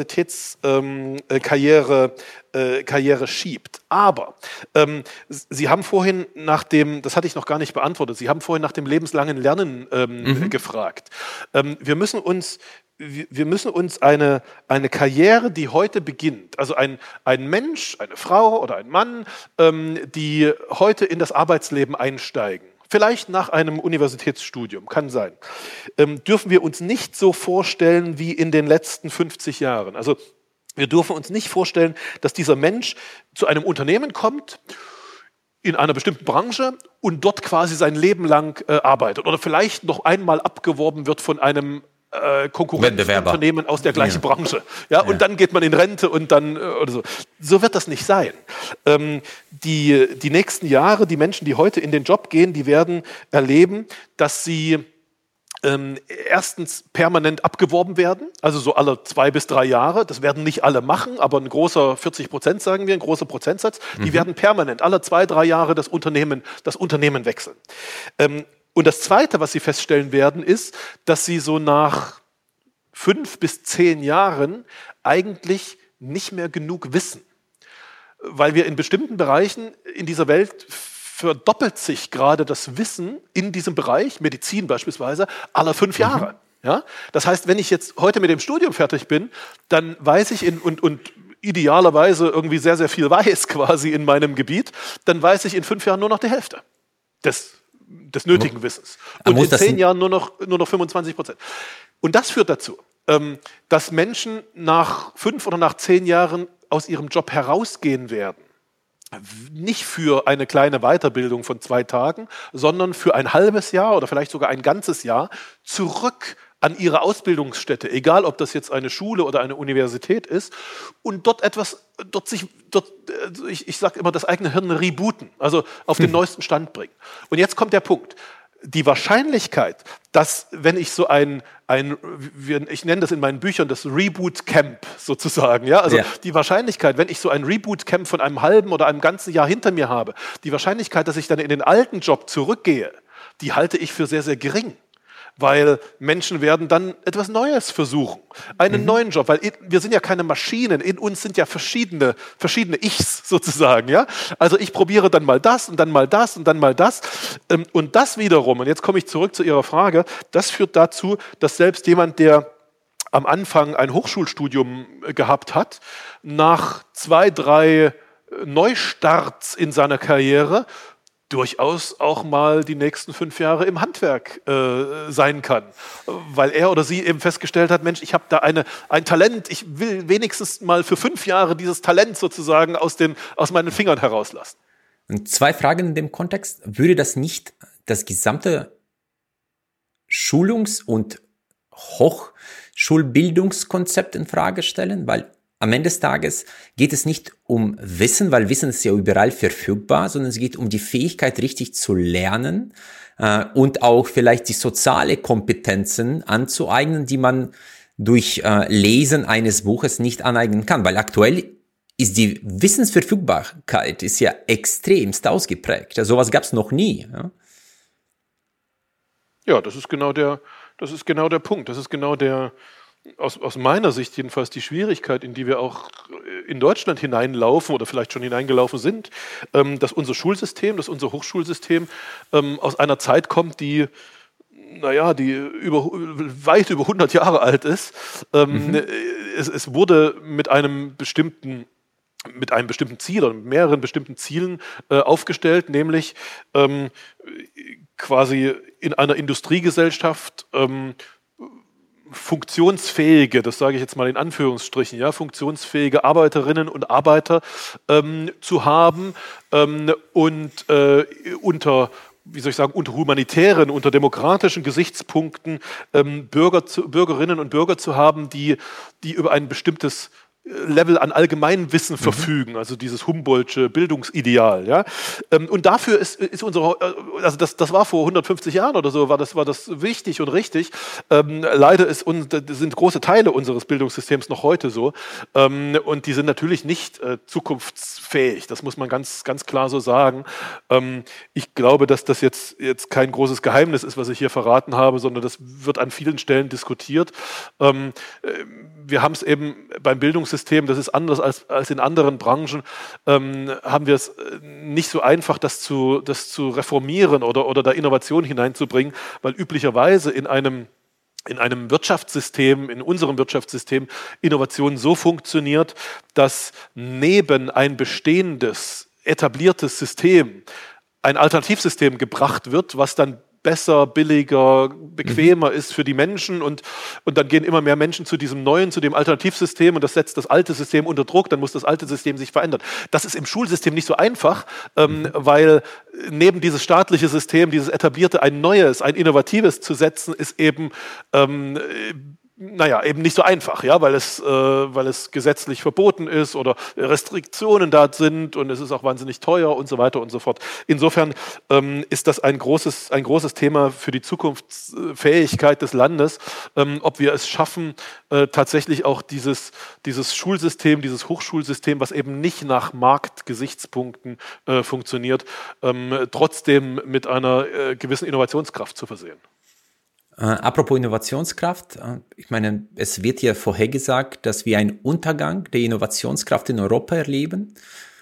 Universitätskarriere ähm, äh, Karriere schiebt. Aber ähm, Sie haben vorhin nach dem, das hatte ich noch gar nicht beantwortet, Sie haben vorhin nach dem lebenslangen Lernen ähm, mhm. gefragt. Ähm, wir müssen uns Wir müssen uns eine, eine Karriere, die heute beginnt, also ein, ein Mensch, eine Frau oder ein Mann, ähm, die heute in das Arbeitsleben einsteigen, vielleicht nach einem Universitätsstudium, kann sein, ähm, dürfen wir uns nicht so vorstellen wie in den letzten fünfzig Jahren. Also wir dürfen uns nicht vorstellen, dass dieser Mensch zu einem Unternehmen kommt, in einer bestimmten Branche und dort quasi sein Leben lang äh, arbeitet oder vielleicht noch einmal abgeworben wird von einem Äh, Konkurrenzunternehmen aus der gleichen ja. Branche. Ja, und ja. dann geht man in Rente und dann äh, oder so. So wird das nicht sein. Ähm, die, die nächsten Jahre, die Menschen, die heute in den Job gehen, die werden erleben, dass sie ähm, erstens permanent abgeworben werden, also so alle zwei bis drei Jahre. Das werden nicht alle machen, aber ein großer vierzig Prozent, sagen wir, ein großer Prozentsatz, die mhm. werden permanent alle zwei, drei Jahre das Unternehmen, das Unternehmen wechseln. Ähm, Und das Zweite, was Sie feststellen werden, ist, dass Sie so nach fünf bis zehn Jahren eigentlich nicht mehr genug wissen. Weil wir in bestimmten Bereichen in dieser Welt verdoppelt sich gerade das Wissen in diesem Bereich, Medizin beispielsweise, alle fünf Jahre. Mhm. Ja? Das heißt, wenn ich jetzt heute mit dem Studium fertig bin, dann weiß ich in, und, und idealerweise irgendwie sehr, sehr viel weiß quasi in meinem Gebiet, dann weiß ich in fünf Jahren nur noch die Hälfte des des nötigen Wissens. Und in zehn Jahren nur noch, nur noch fünfundzwanzig Prozent. Und das führt dazu, dass Menschen nach fünf oder nach zehn Jahren aus ihrem Job herausgehen werden. Nicht für eine kleine Weiterbildung von zwei Tagen, sondern für ein halbes Jahr oder vielleicht sogar ein ganzes Jahr zurück an ihre Ausbildungsstätte, egal ob das jetzt eine Schule oder eine Universität ist, und dort etwas, dort sich, dort, ich, ich sage immer, das eigene Hirn rebooten, also auf den hm. neuesten Stand bringen. Und jetzt kommt der Punkt. Die Wahrscheinlichkeit, dass, wenn ich so ein, ein, ich nenne das in meinen Büchern das Reboot Camp sozusagen, ja, also ja. die Wahrscheinlichkeit, wenn ich so ein Reboot Camp von einem halben oder einem ganzen Jahr hinter mir habe, die Wahrscheinlichkeit, dass ich dann in den alten Job zurückgehe, die halte ich für sehr, sehr gering. Weil Menschen werden dann etwas Neues versuchen, einen mhm. neuen Job, weil wir sind ja keine Maschinen, in uns sind ja verschiedene, verschiedene Ichs sozusagen, ja. Also ich probiere dann mal das und dann mal das und dann mal das und das wiederum, und jetzt komme ich zurück zu Ihrer Frage, das führt dazu, dass selbst jemand, der am Anfang ein Hochschulstudium gehabt hat, nach zwei, drei Neustarts in seiner Karriere durchaus auch mal die nächsten fünf Jahre im Handwerk äh, sein kann, weil er oder sie eben festgestellt hat, Mensch, ich habe da eine, ein Talent, ich will wenigstens mal für fünf Jahre dieses Talent sozusagen aus, den, aus meinen Fingern herauslassen. Und zwei Fragen in dem Kontext. Würde das nicht das gesamte Schulungs- und Hochschulbildungskonzept in Frage stellen? Weil am Ende des Tages geht es nicht um Wissen, weil Wissen ist ja überall verfügbar, sondern es geht um die Fähigkeit, richtig zu lernen äh, und auch vielleicht die soziale Kompetenzen anzueignen, die man durch äh, Lesen eines Buches nicht aneignen kann. Weil aktuell ist die Wissensverfügbarkeit ist ja extremst ausgeprägt. Ja, sowas gab es noch nie. Ja? ja, das ist genau der, das ist genau der Punkt. Das ist genau der Aus, aus meiner Sicht jedenfalls die Schwierigkeit, in die wir auch in Deutschland hineinlaufen oder vielleicht schon hineingelaufen sind, ähm, dass unser Schulsystem, dass unser Hochschulsystem ähm, aus einer Zeit kommt, die, naja, die über, weit über hundert Jahre alt ist. Ähm, mhm. es, es wurde mit einem bestimmten mit einem bestimmten Ziel oder mit mehreren bestimmten Zielen äh, aufgestellt, nämlich ähm, quasi in einer Industriegesellschaft ähm, funktionsfähige, das sage ich jetzt mal in Anführungsstrichen, ja, funktionsfähige Arbeiterinnen und Arbeiter ähm, zu haben ähm, und äh, unter, wie soll ich sagen, unter humanitären, unter demokratischen Gesichtspunkten ähm, Bürger zu, Bürgerinnen und Bürger zu haben, die, die über ein bestimmtes Level an Allgemeinwissen verfügen, mhm. also dieses Humboldtsche Bildungsideal, ja. Und dafür ist, ist unsere, also das, das war vor hundertfünfzig Jahren oder so, war das, war das wichtig und richtig. Ähm, leider ist uns, sind große Teile unseres Bildungssystems noch heute so. Ähm, und die sind natürlich nicht äh, zukunftsfähig. Das muss man ganz, ganz klar so sagen. Ähm, ich glaube, dass das jetzt, jetzt kein großes Geheimnis ist, was ich hier verraten habe, sondern das wird an vielen Stellen diskutiert. Ähm, wir haben es eben beim Bildungssystem System, das ist anders als, als in anderen Branchen, ähm, haben wir es nicht so einfach, das zu, das zu reformieren oder, oder da Innovation hineinzubringen, weil üblicherweise in einem, in einem Wirtschaftssystem, in unserem Wirtschaftssystem, Innovation so funktioniert, dass neben ein bestehendes, etabliertes System ein Alternativsystem gebracht wird, was dann besser, billiger, bequemer mhm. ist für die Menschen und, und dann gehen immer mehr Menschen zu diesem neuen, zu dem Alternativsystem und das setzt das alte System unter Druck, dann muss das alte System sich verändern. Das ist im Schulsystem nicht so einfach, ähm, mhm. weil neben dieses staatliche System, dieses etablierte, ein neues, ein innovatives zu setzen, ist eben ähm, naja, eben nicht so einfach, ja, weil es, äh, weil es gesetzlich verboten ist oder Restriktionen da sind und es ist auch wahnsinnig teuer und so weiter und so fort. Insofern ähm, ist das ein großes, ein großes Thema für die Zukunftsfähigkeit des Landes, ähm, ob wir es schaffen, äh, tatsächlich auch dieses, dieses Schulsystem, dieses Hochschulsystem, was eben nicht nach Marktgesichtspunkten äh, funktioniert, ähm, trotzdem mit einer äh, gewissen Innovationskraft zu versehen. Äh, apropos Innovationskraft, äh, ich meine, es wird ja vorhergesagt, dass wir einen Untergang der Innovationskraft in Europa erleben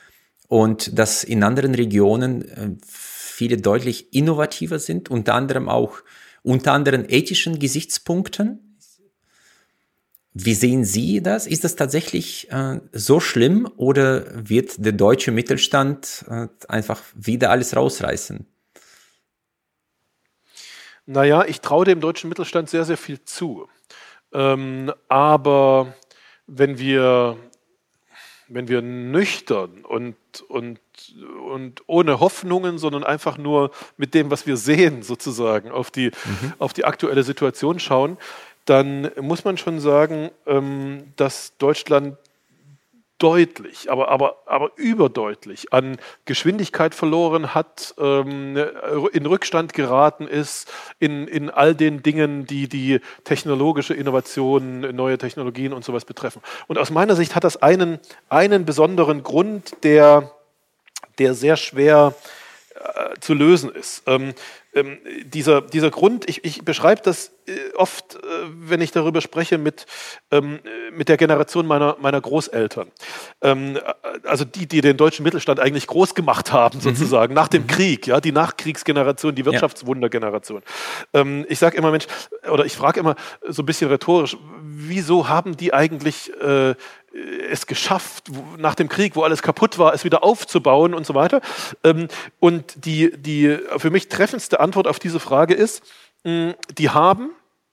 und dass in anderen Regionen äh, viele deutlich innovativer sind, unter anderem auch unter anderen ethischen Gesichtspunkten. Wie sehen Sie das? Ist das tatsächlich äh, so schlimm oder wird der deutsche Mittelstand äh, einfach wieder alles rausreißen? Naja, ich traue dem deutschen Mittelstand sehr, sehr viel zu. Ähm, aber wenn wir, wenn wir nüchtern und, und, und ohne Hoffnungen, sondern einfach nur mit dem, was wir sehen, sozusagen, auf die, mhm. auf die aktuelle Situation schauen, dann muss man schon sagen, ähm, dass Deutschland deutlich, aber, aber, aber überdeutlich an Geschwindigkeit verloren hat, ähm, in Rückstand geraten ist, in, in all den Dingen, die die technologische Innovation, neue Technologien und sowas betreffen. Und aus meiner Sicht hat das einen, einen besonderen Grund, der, der sehr schwer äh, zu lösen ist. Ähm, ähm, dieser, dieser Grund, ich, ich beschreibe das äh, oft, äh, wenn ich darüber spreche, mit, ähm, mit der Generation meiner, meiner Großeltern. Ähm, also die, die den deutschen Mittelstand eigentlich groß gemacht haben, sozusagen, mhm. nach dem mhm. Krieg, ja, die Nachkriegsgeneration, die Wirtschaftswundergeneration. Ja. Ähm, ich sage immer, Mensch, oder ich frage immer so ein bisschen rhetorisch, wieso haben die eigentlich äh, es geschafft, nach dem Krieg, wo alles kaputt war, es wieder aufzubauen und so weiter. Und die, die für mich treffendste Antwort auf diese Frage ist, die haben,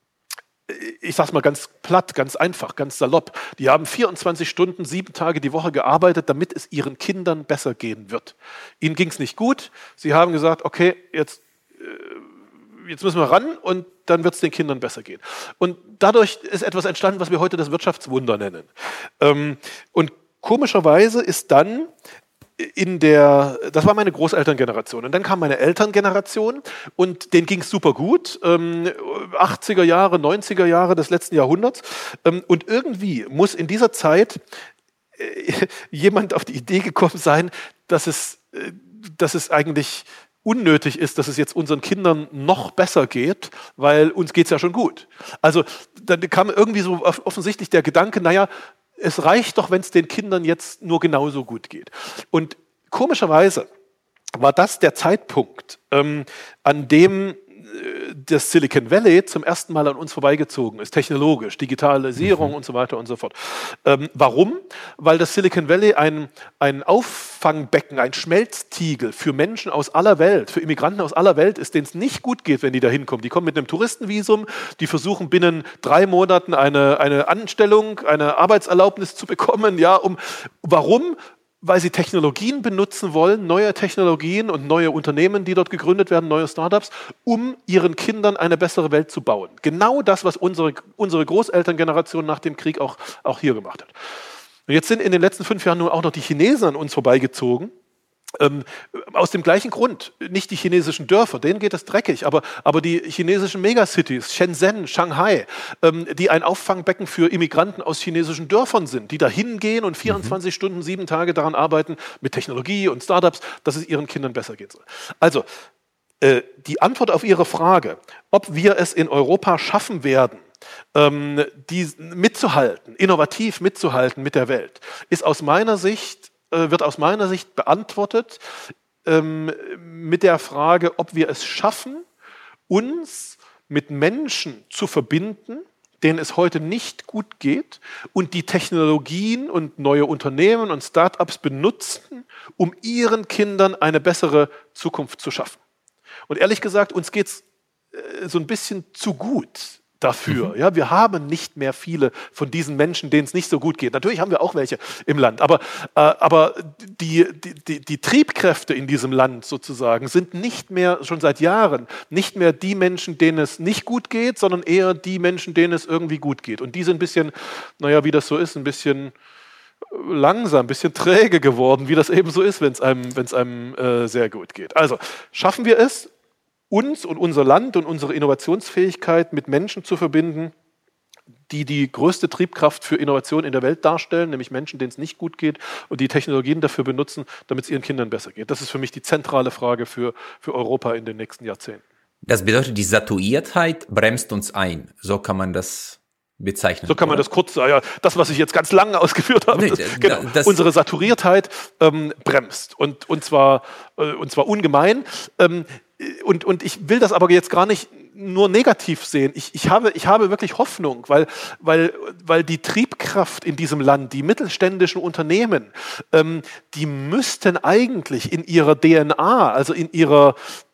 ich sage es mal ganz platt, ganz einfach, ganz salopp, die haben vierundzwanzig Stunden, sieben Tage die Woche gearbeitet, damit es ihren Kindern besser gehen wird. Ihnen ging es nicht gut, sie haben gesagt, okay, jetzt jetzt müssen wir ran und dann wird es den Kindern besser gehen. Und dadurch ist etwas entstanden, was wir heute das Wirtschaftswunder nennen. Ähm, und komischerweise ist dann in der, das war meine Großelterngeneration, und dann kam meine Elterngeneration und denen ging es super gut, ähm, achtziger Jahre, neunziger Jahre des letzten Jahrhunderts, ähm, und irgendwie muss in dieser Zeit äh, jemand auf die Idee gekommen sein, dass es, äh, dass es eigentlich unnötig ist, dass es jetzt unseren Kindern noch besser geht, weil uns geht es ja schon gut. Also dann kam irgendwie so offensichtlich der Gedanke, naja, es reicht doch, wenn es den Kindern jetzt nur genauso gut geht. Und komischerweise war das der Zeitpunkt, ähm, an dem das Silicon Valley zum ersten Mal an uns vorbeigezogen ist, technologisch, Digitalisierung mhm. und so weiter und so fort. Ähm, warum? Weil das Silicon Valley ein, ein Auffangbecken, ein Schmelztiegel für Menschen aus aller Welt, für Immigranten aus aller Welt ist, denen es nicht gut geht, wenn die da hinkommen. Die kommen mit einem Touristenvisum, die versuchen binnen drei Monaten eine, eine Anstellung, eine Arbeitserlaubnis zu bekommen. Ja, um, warum? Weil sie Technologien benutzen wollen, neue Technologien und neue Unternehmen, die dort gegründet werden, neue Startups, um ihren Kindern eine bessere Welt zu bauen. Genau das, was unsere, unsere Großelterngeneration nach dem Krieg auch, auch hier gemacht hat. Und jetzt sind in den letzten fünf Jahren nur auch noch die Chinesen an uns vorbeigezogen. Ähm, aus dem gleichen Grund, nicht die chinesischen Dörfer, denen geht es dreckig, aber, aber die chinesischen Megacities, Shenzhen, Shanghai, ähm, die ein Auffangbecken für Immigranten aus chinesischen Dörfern sind, die da hingehen und vierundzwanzig mhm. Stunden, sieben Tage daran arbeiten, mit Technologie und Startups, dass es ihren Kindern besser gehen soll. Also, äh, die Antwort auf Ihre Frage, ob wir es in Europa schaffen werden, ähm, die mitzuhalten, innovativ mitzuhalten mit der Welt, ist aus meiner Sicht wird aus meiner Sicht beantwortet ähm, mit der Frage, ob wir es schaffen, uns mit Menschen zu verbinden, denen es heute nicht gut geht und die Technologien und neue Unternehmen und Start-ups benutzen, um ihren Kindern eine bessere Zukunft zu schaffen. Und ehrlich gesagt, uns geht es äh, so ein bisschen zu gut dafür. Mhm. Ja, wir haben nicht mehr viele von diesen Menschen, denen es nicht so gut geht. Natürlich haben wir auch welche im Land, aber, äh, aber die, die, die Triebkräfte in diesem Land sozusagen sind nicht mehr, schon seit Jahren, nicht mehr die Menschen, denen es nicht gut geht, sondern eher die Menschen, denen es irgendwie gut geht. Und die sind ein bisschen, naja, wie das so ist, ein bisschen langsam, ein bisschen träge geworden, wie das eben so ist, wenn es einem, wenn es einem äh, sehr gut geht. Also schaffen wir es, uns und unser Land und unsere Innovationsfähigkeit mit Menschen zu verbinden, die die größte Triebkraft für Innovation in der Welt darstellen, nämlich Menschen, denen es nicht gut geht und die Technologien dafür benutzen, damit es ihren Kindern besser geht. Das ist für mich die zentrale Frage für, für Europa in den nächsten Jahrzehnten. Das bedeutet, die Saturiertheit bremst uns ein. So kann man das bezeichnen. So kann man oder? das kurz sagen. Ja, das, was ich jetzt ganz lange ausgeführt habe, nee, das, genau, das, unsere Saturiertheit ähm, bremst und, und, zwar, äh, und zwar ungemein. Ähm, Und, und ich will das aber jetzt gar nicht nur negativ sehen. Ich, ich, habe, ich habe wirklich Hoffnung, weil, weil, weil die Triebkraft in diesem Land, die mittelständischen Unternehmen, ähm, die müssten eigentlich in ihrer D N A, also in ihrer,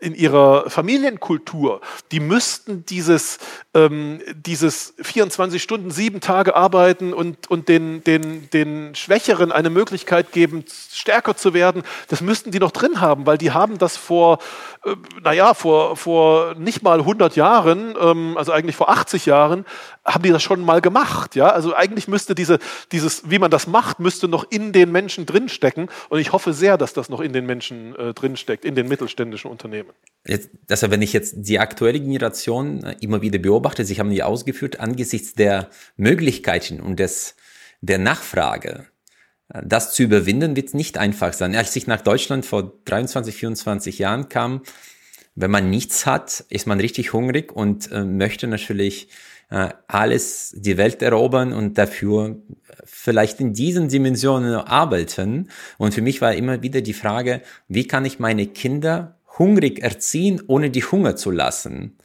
in ihrer Familienkultur, die müssten dieses, ähm, dieses vierundzwanzig Stunden, sieben Tage arbeiten und, und den, den, den Schwächeren eine Möglichkeit geben, stärker zu werden, das müssten die noch drin haben, weil die haben das vor, äh, naja, vor, vor nicht mal hundert Jahren, ähm, also eigentlich vor achtzig Jahren, haben die das schon mal gemacht. Ja? Also eigentlich müsste diese, dieses, wie man das macht, müsste noch in den Menschen drinstecken. Und ich hoffe sehr, dass das noch in den Menschen äh, drinsteckt, in den mittelständischen Unternehmen. Jetzt, also wenn ich jetzt die aktuelle Generation immer wieder beobachte, Sie haben die ausgeführt, angesichts der Möglichkeiten und des, der Nachfrage, das zu überwinden, wird nicht einfach sein. Als ich nach Deutschland vor dreiundzwanzig, vierundzwanzig Jahren kam, wenn man nichts hat, ist man richtig hungrig und äh, möchte natürlich äh, alles, die Welt erobern und dafür vielleicht in diesen Dimensionen arbeiten. Und für mich war immer wieder die Frage, wie kann ich meine Kinder hungrig erziehen, ohne die Hunger zu lassen?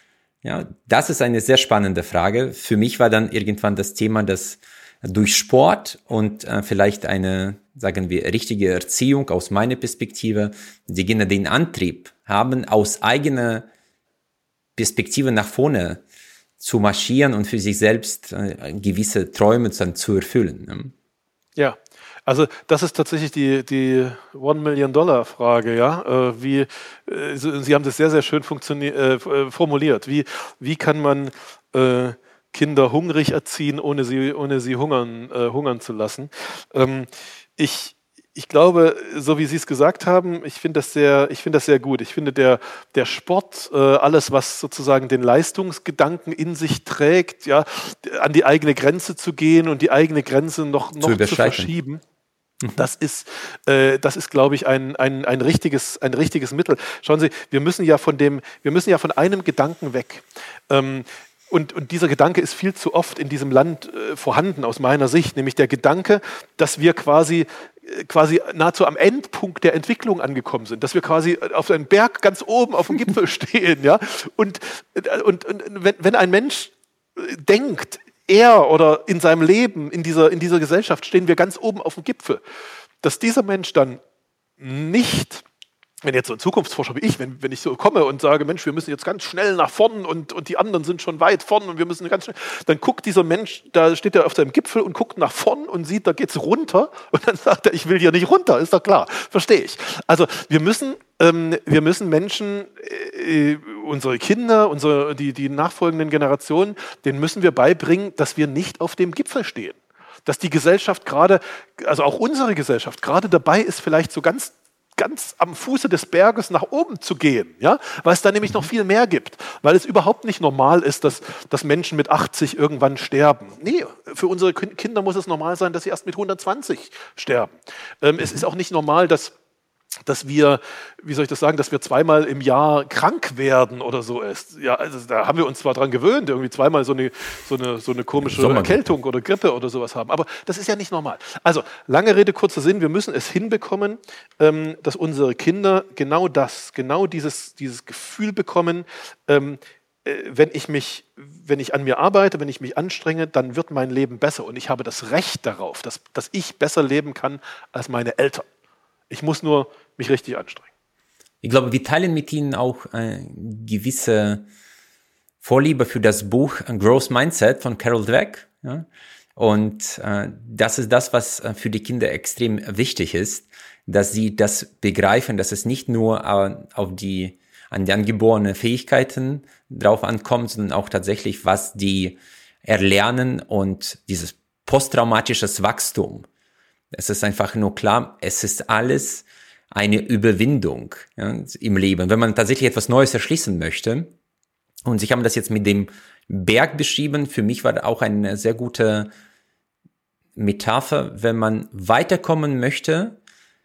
Ja, das ist eine sehr spannende Frage. Für mich war dann irgendwann das Thema, dass durch Sport und äh, vielleicht eine, sagen wir, richtige Erziehung aus meiner Perspektive, die Kinder den Antrieb haben, aus eigener Perspektive nach vorne zu marschieren und für sich selbst äh, gewisse Träume dann zu erfüllen. Ne? Ja, also das ist tatsächlich die, die One-Million-Dollar-Frage, ja. Äh, wie, äh, Sie haben das sehr, sehr schön funktioniert, äh, formuliert. Wie, wie kann man äh, Kinder hungrig erziehen, ohne sie, ohne sie hungern, äh, hungern zu lassen? Ähm, ich, ich glaube, so wie Sie es gesagt haben, ich finde das sehr, ich finde das sehr gut. Ich finde der, der Sport, äh, alles, was sozusagen den Leistungsgedanken in sich trägt, ja, an die eigene Grenze zu gehen und die eigene Grenze noch, noch zu, zu verschieben. Das ist, äh, das ist, glaube ich, ein, ein, ein, richtiges, ein richtiges Mittel. Schauen Sie, wir müssen ja von dem, wir müssen ja von einem Gedanken weg. Ähm, Und, und dieser Gedanke ist viel zu oft in diesem Land äh, vorhanden, aus meiner Sicht, nämlich der Gedanke, dass wir quasi, äh, quasi nahezu am Endpunkt der Entwicklung angekommen sind, dass wir quasi auf einem Berg ganz oben auf dem Gipfel stehen. Ja? Und, äh, und, und wenn, wenn ein Mensch äh, denkt, er oder in seinem Leben, in dieser, in dieser Gesellschaft stehen wir ganz oben auf dem Gipfel, dass dieser Mensch dann nicht, wenn jetzt so ein Zukunftsforscher wie ich, wenn, wenn ich so komme und sage, Mensch, wir müssen jetzt ganz schnell nach vorn und, und die anderen sind schon weit vorn und wir müssen ganz schnell, dann guckt dieser Mensch, da steht er auf seinem Gipfel und guckt nach vorn und sieht, da geht's runter und dann sagt er, ich will hier nicht runter, ist doch klar, verstehe ich. Also wir müssen, ähm, wir müssen Menschen, äh, unsere Kinder, unsere, die, die nachfolgenden Generationen, denen müssen wir beibringen, dass wir nicht auf dem Gipfel stehen. Dass die Gesellschaft gerade, also auch unsere Gesellschaft, gerade dabei ist, vielleicht so ganz ganz am Fuße des Berges nach oben zu gehen, ja? Weil es da nämlich noch viel mehr gibt, weil es überhaupt nicht normal ist, dass, dass Menschen mit achtzig irgendwann sterben. Nee, für unsere Kinder muss es normal sein, dass sie erst mit hundertzwanzig sterben. Ähm, es ist auch nicht normal, dass dass wir, wie soll ich das sagen, dass wir zweimal im Jahr krank werden oder so ist. Ja, also da haben wir uns zwar dran gewöhnt, irgendwie zweimal so eine, so eine, so eine komische Erkältung oder Grippe oder sowas haben, aber das ist ja nicht normal. Also, lange Rede, kurzer Sinn, wir müssen es hinbekommen, ähm, dass unsere Kinder genau das, genau dieses, dieses Gefühl bekommen, ähm, äh, wenn ich mich, wenn ich an mir arbeite, wenn ich mich anstrenge, dann wird mein Leben besser und ich habe das Recht darauf, dass, dass ich besser leben kann als meine Eltern. Ich muss nur mich richtig anstrengen. Ich glaube, wir teilen mit Ihnen auch eine gewisse Vorliebe für das Buch Growth Mindset von Carol Dweck. Ja? Und äh, das ist das, was für die Kinder extrem wichtig ist, dass sie das begreifen, dass es nicht nur äh, auf die, an die angeborenen Fähigkeiten drauf ankommt, sondern auch tatsächlich, was die erlernen und dieses posttraumatisches Wachstum. Es ist einfach nur klar, es ist alles eine Überwindung, ja, im Leben. Wenn man tatsächlich etwas Neues erschließen möchte, und Sie haben das jetzt mit dem Berg beschrieben, für mich war auch eine sehr gute Metapher, wenn man weiterkommen möchte,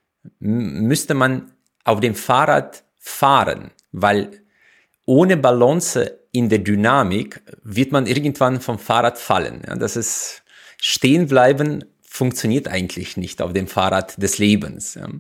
m- müsste man auf dem Fahrrad fahren, weil ohne Balance in der Dynamik wird man irgendwann vom Fahrrad fallen. Ja, das ist stehen bleiben funktioniert eigentlich nicht auf dem Fahrrad des Lebens. Ja,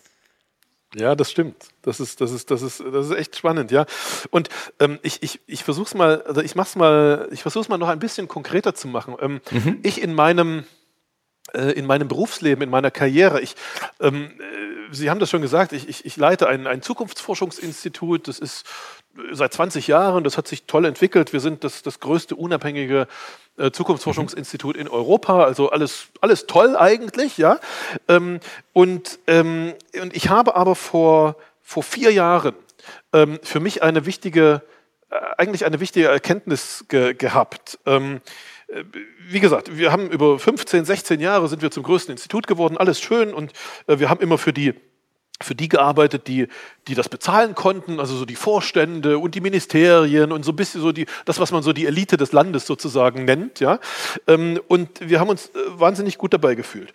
ja das stimmt. Das ist, das ist, das ist, das ist echt spannend, ja. Und ähm, ich, ich, ich versuche es mal, also ich mach's mal, ich versuche es mal noch ein bisschen konkreter zu machen. Ähm, mhm. Ich in meinem äh, in meinem Berufsleben, in meiner Karriere. Ich, ähm, äh, Sie haben das schon gesagt, ich, ich, ich leite ein, ein Zukunftsforschungsinstitut, das ist seit zwanzig Jahren, das hat sich toll entwickelt. Wir sind das, das größte unabhängige äh, Zukunftsforschungsinstitut in Europa, also alles, alles toll eigentlich, ja. Ähm, und, ähm, und ich habe aber vor, vor vier Jahren ähm, für mich eine wichtige, äh, eigentlich eine wichtige Erkenntnis ge gehabt. Ähm, äh, wie gesagt, wir haben über fünfzehn, sechzehn Jahre sind wir zum größten Institut geworden, alles schön und äh, wir haben immer für die für die gearbeitet, die, die das bezahlen konnten, also so die Vorstände und die Ministerien und so ein bisschen so die, das, was man so die Elite des Landes sozusagen nennt, ja. Und wir haben uns wahnsinnig gut dabei gefühlt.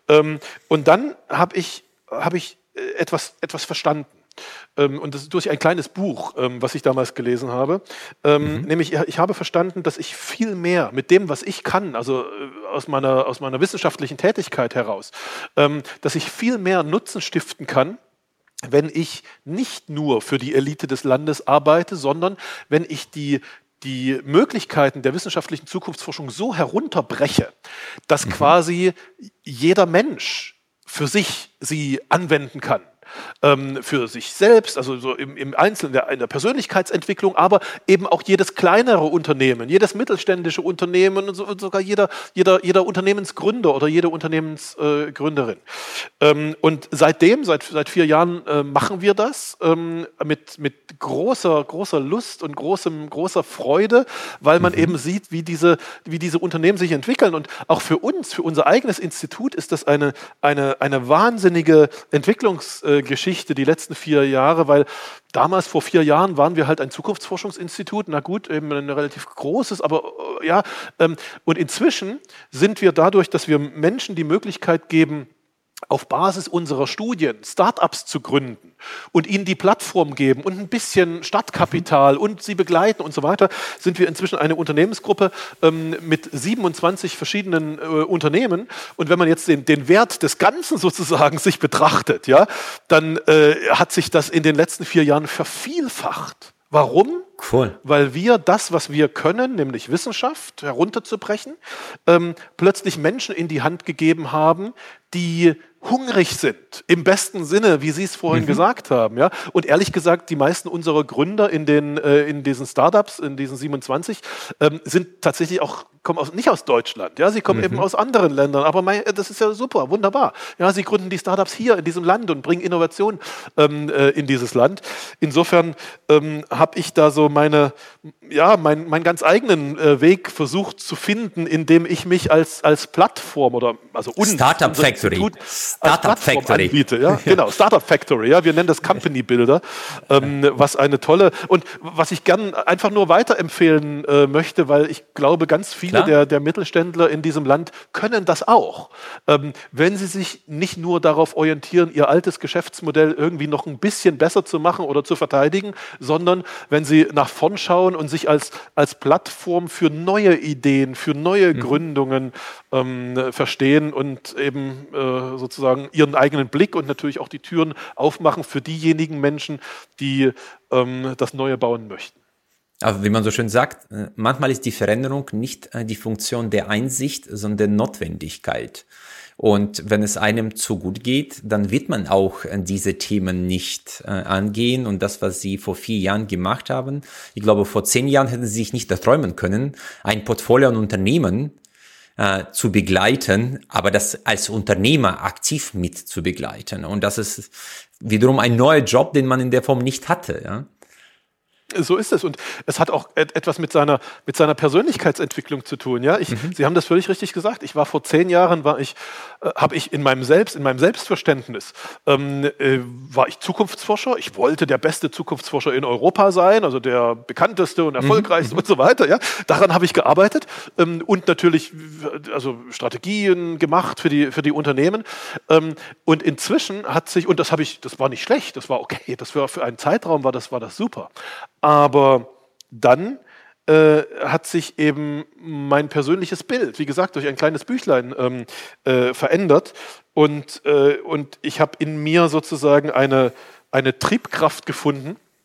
Und dann habe ich, habe ich etwas, etwas verstanden. Und das ist durch ein kleines Buch, was ich damals gelesen habe. Mhm. Nämlich, ich habe verstanden, dass ich viel mehr mit dem, was ich kann, also aus meiner, aus meiner wissenschaftlichen Tätigkeit heraus, dass ich viel mehr Nutzen stiften kann, wenn ich nicht nur für die Elite des Landes arbeite, sondern wenn ich die die Möglichkeiten der wissenschaftlichen Zukunftsforschung so herunterbreche, dass mhm. quasi jeder Mensch für sich sie anwenden kann. Ähm, für sich selbst, also so im, im Einzelnen, der, in der Persönlichkeitsentwicklung, aber eben auch jedes kleinere Unternehmen, jedes mittelständische Unternehmen und, so, und sogar jeder, jeder, jeder Unternehmensgründer oder jede Unternehmensgründerin. Äh, ähm, und seitdem, seit, seit vier Jahren äh, machen wir das ähm, mit, mit großer, großer Lust und großem, großer Freude, weil man mhm. eben sieht, wie diese, wie diese Unternehmen sich entwickeln. Und auch für uns, für unser eigenes Institut ist das eine, eine, eine wahnsinnige Entwicklungs- Geschichte, die letzten vier Jahre, weil damals vor vier Jahren waren wir halt ein Zukunftsforschungsinstitut, na gut, eben ein relativ großes, aber äh, ja, ähm, und inzwischen sind wir dadurch, dass wir Menschen die Möglichkeit geben, auf Basis unserer Studien Start-ups zu gründen und ihnen die Plattform geben und ein bisschen Startkapital mhm. und sie begleiten und so weiter, sind wir inzwischen eine Unternehmensgruppe ähm, mit siebenundzwanzig verschiedenen äh, Unternehmen. Und wenn man jetzt den, den Wert des Ganzen sozusagen sich betrachtet, ja, dann äh, hat sich das in den letzten vier Jahren vervielfacht. Warum? Cool. Weil wir das, was wir können, nämlich Wissenschaft herunterzubrechen, ähm, plötzlich Menschen in die Hand gegeben haben, die hungrig sind, im besten Sinne, wie Sie es vorhin mhm. gesagt haben. Ja? Und ehrlich gesagt, die meisten unserer Gründer in, den, äh, in diesen Startups, in diesen siebenundzwanzig, ähm, sind tatsächlich auch, kommen aus, nicht aus Deutschland. Ja? Sie kommen mhm. eben aus anderen Ländern. Aber mein, das ist ja super, wunderbar. Ja? Sie gründen die Startups hier in diesem Land und bringen Innovation ähm, äh, in dieses Land. Insofern ähm, habe ich da so meine, ja, mein, meinen ganz eigenen äh, Weg versucht zu finden, indem ich mich als, als Plattform oder also uns, Startup Factory. Startup Factory. Anbiete, ja? Genau, Startup Factory, ja, wir nennen das Company Builder, ähm, was eine tolle und was ich gern einfach nur weiterempfehlen äh, möchte, weil ich glaube, ganz viele der, der Mittelständler in diesem Land können das auch. Ähm, wenn sie sich nicht nur darauf orientieren, ihr altes Geschäftsmodell irgendwie noch ein bisschen besser zu machen oder zu verteidigen, sondern wenn sie nach vorn schauen und sich als, als Plattform für neue Ideen, für neue mhm. Gründungen ähm, verstehen und eben äh, sozusagen ihren eigenen Blick und natürlich auch die Türen aufmachen für diejenigen Menschen, die ähm, das Neue bauen möchten. Aber wie man so schön sagt, manchmal ist die Veränderung nicht die Funktion der Einsicht, sondern der Notwendigkeit. Und wenn es einem zu gut geht, dann wird man auch diese Themen nicht äh, angehen. Und das, was Sie vor vier Jahren gemacht haben, ich glaube, vor zehn Jahren hätten Sie sich nicht erträumen können, ein Portfolio an Unternehmen äh, zu begleiten, aber das als Unternehmer aktiv mit zu begleiten. Und das ist wiederum ein neuer Job, den man in der Form nicht hatte, ja. So ist es und es hat auch etwas mit seiner, mit seiner Persönlichkeitsentwicklung zu tun. Ja? Ich, mhm. Sie haben das völlig richtig gesagt. Ich war vor zehn Jahren, war ich, äh, habe ich in meinem Selbst, in meinem Selbstverständnis, ähm, äh, war ich Zukunftsforscher. Ich wollte der beste Zukunftsforscher in Europa sein, also der bekannteste und erfolgreichste mhm. und so weiter. Ja? Daran habe ich gearbeitet ähm, und natürlich also Strategien gemacht für die, für die Unternehmen. Ähm, und inzwischen hat sich, und das habe ich, das war nicht schlecht, das war okay, das war für einen Zeitraum war das, war das super. Aber dann äh, hat sich eben mein persönliches Bild, wie gesagt, durch ein kleines Büchlein ähm, äh, verändert. Und, äh, und ich habe in mir sozusagen eine, eine Triebkraft gefunden,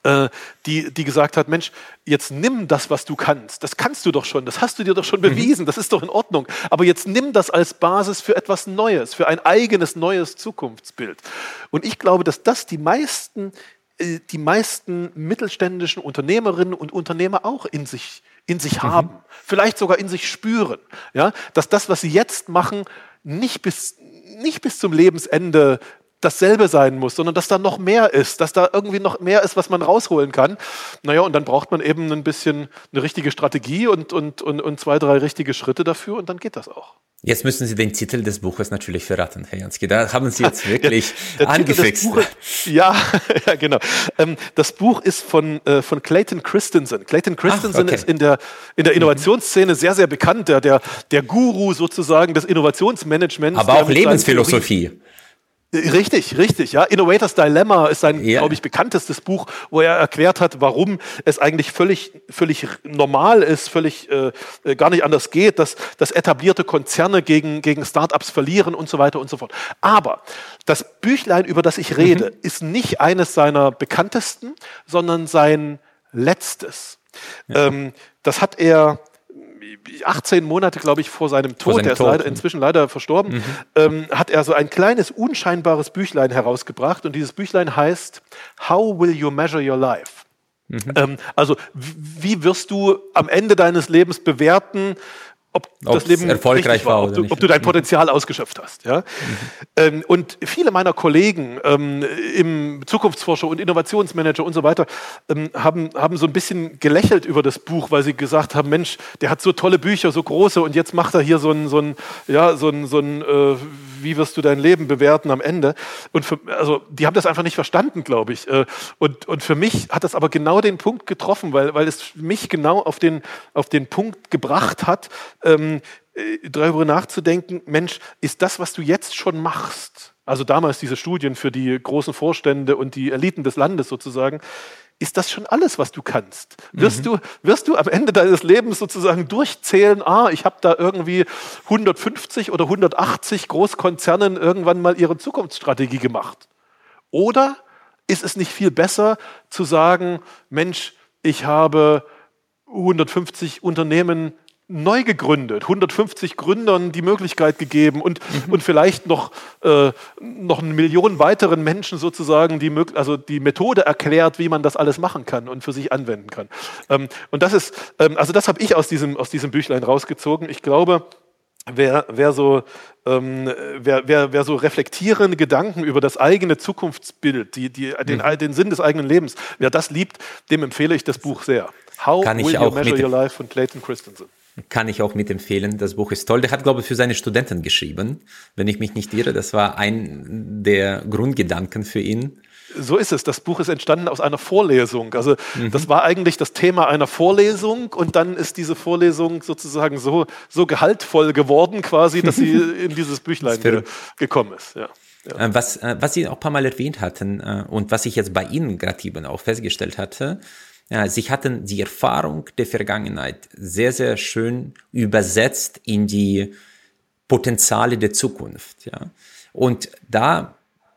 die, die gesagt hat, Mensch, jetzt nimm das, was du kannst. Das kannst du doch schon, das hast du dir doch schon bewiesen, das ist doch in Ordnung. Aber jetzt nimm das als Basis für etwas Neues, für ein eigenes neues Zukunftsbild. Und ich glaube, dass das die meisten, die meisten mittelständischen Unternehmerinnen und Unternehmer auch in sich, in sich mhm. haben, vielleicht sogar in sich spüren. Ja? Dass das, was sie jetzt machen, nicht bis, nicht bis zum Lebensende dasselbe sein muss, sondern dass da noch mehr ist, dass da irgendwie noch mehr ist, was man rausholen kann. Naja, und dann braucht man eben ein bisschen eine richtige Strategie und, und, und, und zwei, drei richtige Schritte dafür und dann geht das auch. Jetzt müssen Sie den Titel des Buches natürlich verraten, Herr Jansky. Da haben Sie jetzt wirklich der, der angefixt. Buches, ja, ja, genau. Ähm, das Buch ist von, äh, von Clayton Christensen. Clayton Christensen Ach, okay. ist in der, in der Innovationsszene sehr, sehr bekannt. Der, der, der Guru sozusagen des Innovationsmanagements. Aber auch Lebensphilosophie. Richtig, richtig, ja. Innovators Dilemma ist sein, ja. glaube ich, bekanntestes Buch, wo er erklärt hat, warum es eigentlich völlig, völlig normal ist, völlig äh, gar nicht anders geht, dass, dass etablierte Konzerne gegen, gegen Startups verlieren und so weiter und so fort. Aber das Büchlein, über das ich rede, mhm. ist nicht eines seiner bekanntesten, sondern sein letztes. Ja. Ähm, das hat er achtzehn Monate, glaube ich, vor seinem Tod, vor seinem der ist Tod. Leider, inzwischen leider verstorben, mhm. ähm, hat er so ein kleines, unscheinbares Büchlein herausgebracht und dieses Büchlein heißt How Will You Measure Your Life? Mhm. Ähm, also, wie wirst du am Ende deines Lebens bewerten, ob Ob's das Leben erfolgreich war, war, ob, du, ob du dein Potenzial ausgeschöpft hast. Ja? Mhm. Ähm, und viele meiner Kollegen ähm, im Zukunftsforscher und Innovationsmanager und so weiter ähm, haben, haben so ein bisschen gelächelt über das Buch, weil sie gesagt haben, Mensch, der hat so tolle Bücher, so große und jetzt macht er hier so ein, so ein, ja, so ein, so ein äh, wie wirst du dein Leben bewerten am Ende? Und für, also die haben das einfach nicht verstanden, glaube ich. Und, und für mich hat das aber genau den Punkt getroffen, weil, weil es mich genau auf den, auf den Punkt gebracht hat, ähm, darüber nachzudenken, Mensch, ist das, was du jetzt schon machst, also damals diese Studien für die großen Vorstände und die Eliten des Landes sozusagen, ist das schon alles, was du kannst? Wirst, mhm. du, wirst du am Ende deines Lebens sozusagen durchzählen, ah, ich habe da irgendwie hundertfünfzig oder hundertachtzig Großkonzernen irgendwann mal ihre Zukunftsstrategie gemacht? Oder ist es nicht viel besser zu sagen, Mensch, ich habe hundertfünfzig Unternehmen neu gegründet, hundertfünfzig Gründern die Möglichkeit gegeben und, mhm. und vielleicht noch, äh, noch eine Million weiteren Menschen sozusagen die, also die Methode erklärt, wie man das alles machen kann und für sich anwenden kann. Ähm, und das ist, ähm, also das habe ich aus diesem, aus diesem Büchlein rausgezogen. Ich glaube, wer, wer, so, ähm, wer, wer, wer so reflektierende Gedanken über das eigene Zukunftsbild, die, die, den, mhm. den Sinn des eigenen Lebens, wer das liebt, dem empfehle ich das Buch sehr. How Kann Will ich You auch Measure Your Life von Clayton Christensen. Kann ich auch mitempfehlen. Das Buch ist toll. Der hat, glaube ich, für seine Studenten geschrieben, wenn ich mich nicht irre. Das war ein der Grundgedanken für ihn. So ist es. Das Buch ist entstanden aus einer Vorlesung. Also mhm. das war eigentlich das Thema einer Vorlesung und dann ist diese Vorlesung sozusagen so, so gehaltvoll geworden quasi, dass sie in dieses Büchlein ge- gekommen ist. Ja. Ja. Was, was Sie auch ein paar Mal erwähnt hatten und was ich jetzt bei Ihnen gerade eben auch festgestellt hatte, ja, Sie hatten die Erfahrung der Vergangenheit sehr, sehr schön übersetzt in die Potenziale der Zukunft. Ja. Und da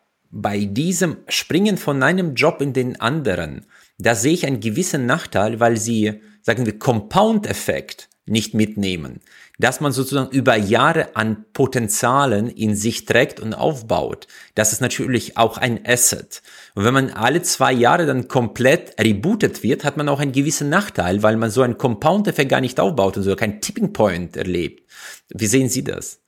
bei diesem Springen von einem Job in den anderen, da sehe ich einen gewissen Nachteil, weil Sie, sagen wir, Compound-Effekt nicht mitnehmen, dass man sozusagen über Jahre an Potenzialen in sich trägt und aufbaut. Das ist natürlich auch ein Asset. Und wenn man alle zwei Jahre dann komplett rebootet wird, hat man auch einen gewissen Nachteil, weil man so einen Compound-Effekt gar nicht aufbaut und so keinen Tipping Point erlebt. Wie sehen Sie das?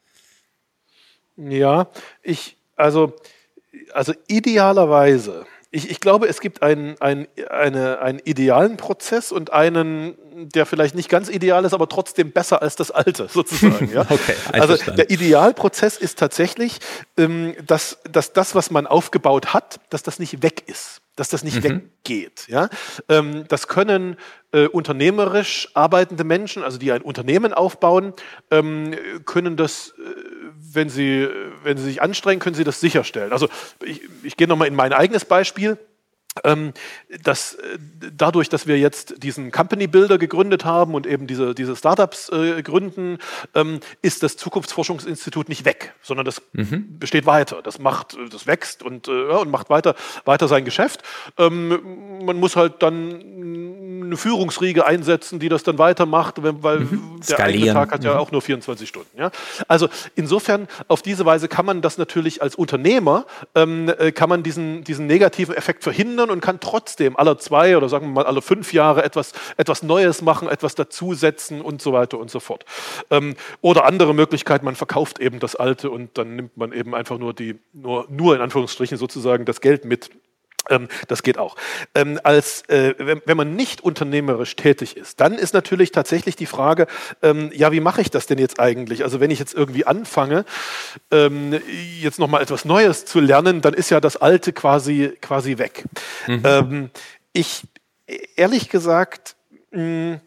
Ja, ich, also, also idealerweise, ich, ich glaube, es gibt einen, einen, eine, einen idealen Prozess und einen, der vielleicht nicht ganz ideal ist, aber trotzdem besser als das alte, sozusagen. Ja? Okay, also der Idealprozess ist tatsächlich, ähm, dass, dass das, was man aufgebaut hat, dass das nicht weg ist, dass das nicht mhm. weggeht. Ja? Ähm, das können äh, unternehmerisch arbeitende Menschen, also die ein Unternehmen aufbauen, ähm, können das, äh, wenn sie, wenn sie sich anstrengen, können sie das sicherstellen. Also ich, ich gehe nochmal in mein eigenes Beispiel. Ähm, dass, äh, dadurch, dass wir jetzt diesen Company Builder gegründet haben und eben diese, diese Startups äh, gründen, ähm, ist das Zukunftsforschungsinstitut nicht weg, sondern das mhm. besteht weiter. Das macht, das wächst und, äh, ja, und macht weiter, weiter sein Geschäft. Ähm, man muss halt dann eine Führungsriege einsetzen, die das dann weitermacht, weil mhm. der eigene Tag hat ja mhm. auch nur vierundzwanzig Stunden. Ja? Also insofern, auf diese Weise kann man das natürlich als Unternehmer, ähm, kann man diesen, diesen negativen Effekt verhindern und kann trotzdem alle zwei oder sagen wir mal alle fünf Jahre etwas, etwas Neues machen, etwas dazusetzen und so weiter und so fort. Ähm, oder andere Möglichkeiten, man verkauft eben das Alte und dann nimmt man eben einfach nur die, nur, nur in Anführungsstrichen sozusagen das Geld mit. Ähm, das geht auch. Ähm, als, äh, wenn, wenn man nicht unternehmerisch tätig ist, dann ist natürlich tatsächlich die Frage, ähm, ja, wie mache ich das denn jetzt eigentlich? Also wenn ich jetzt irgendwie anfange, ähm, jetzt nochmal etwas Neues zu lernen, dann ist ja das Alte quasi, quasi weg. Mhm. Ähm, ich, ehrlich gesagt, mh,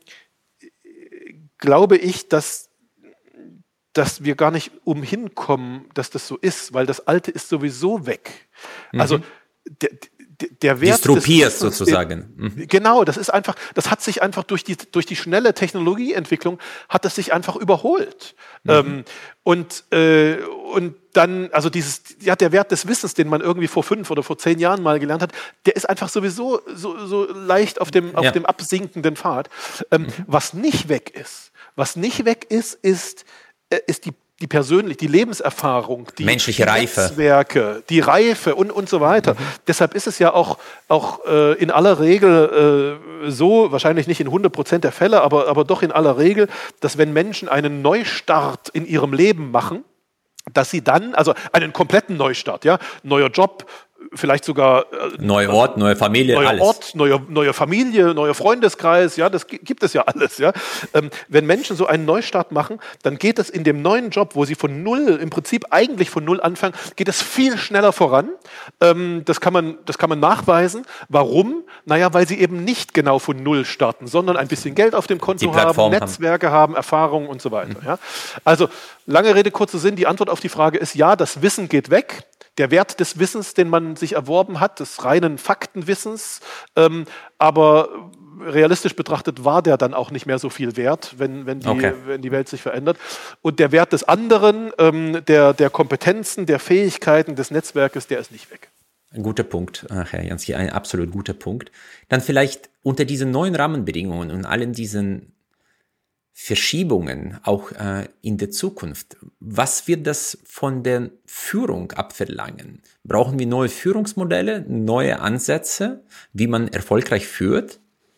glaube ich, dass dass wir gar nicht umhin kommen, dass das so ist, weil das Alte ist sowieso weg. Mhm. Also der, der Wert Dystropierst sozusagen. Mhm. Genau, das ist einfach, das hat sich einfach durch die, durch die schnelle Technologieentwicklung hat es sich einfach überholt. Mhm. Ähm, und, äh, und dann, also dieses, ja, der Wert des Wissens, den man irgendwie vor fünf oder vor zehn Jahren mal gelernt hat, der ist einfach sowieso so, so leicht auf dem, auf ja. dem absinkenden Pfad. Ähm, mhm. Was nicht weg ist, was nicht weg ist, ist, äh, ist die die persönliche, die Lebenserfahrung, die menschliche Reife, Netzwerke, die Reife und, und so weiter. Mhm. Deshalb ist es ja auch, auch äh, in aller Regel äh, so, wahrscheinlich nicht in hundert Prozent der Fälle, aber, aber doch in aller Regel, dass wenn Menschen einen Neustart in ihrem Leben machen, dass sie dann, also einen kompletten Neustart, ja, neuer Job, vielleicht sogar äh, neuer Ort, neue Familie, neuer alles. Ort, neue, neue Familie, neuer Freundeskreis, ja, das gibt es ja alles, ja. Ähm, wenn Menschen so einen Neustart machen, dann geht es in dem neuen Job, wo sie von null, im Prinzip eigentlich von null anfangen, geht es viel schneller voran. Ähm, das kann man, das kann man nachweisen. Warum? Naja, weil sie eben nicht genau von null starten, sondern ein bisschen Geld auf dem Konto haben, Netzwerke haben, haben Erfahrungen und so weiter. Mhm. Ja. Also, lange Rede, kurzer Sinn, die Antwort auf die Frage ist ja, das Wissen geht weg. Der Wert des Wissens, den man sich erworben hat, des reinen Faktenwissens, ähm, aber realistisch betrachtet war der dann auch nicht mehr so viel wert, wenn, wenn, die, okay. wenn die Welt sich verändert. Und der Wert des anderen, ähm, der, der Kompetenzen, der Fähigkeiten, des Netzwerkes, der ist nicht weg. Ein guter Punkt, Herr Jansky, ein absolut guter Punkt. Dann vielleicht unter diesen neuen Rahmenbedingungen und allen diesen Verschiebungen auch äh, in der Zukunft. Was wird das von der Führung abverlangen? Brauchen wir neue Führungsmodelle, neue Ansätze, wie man erfolgreich führt?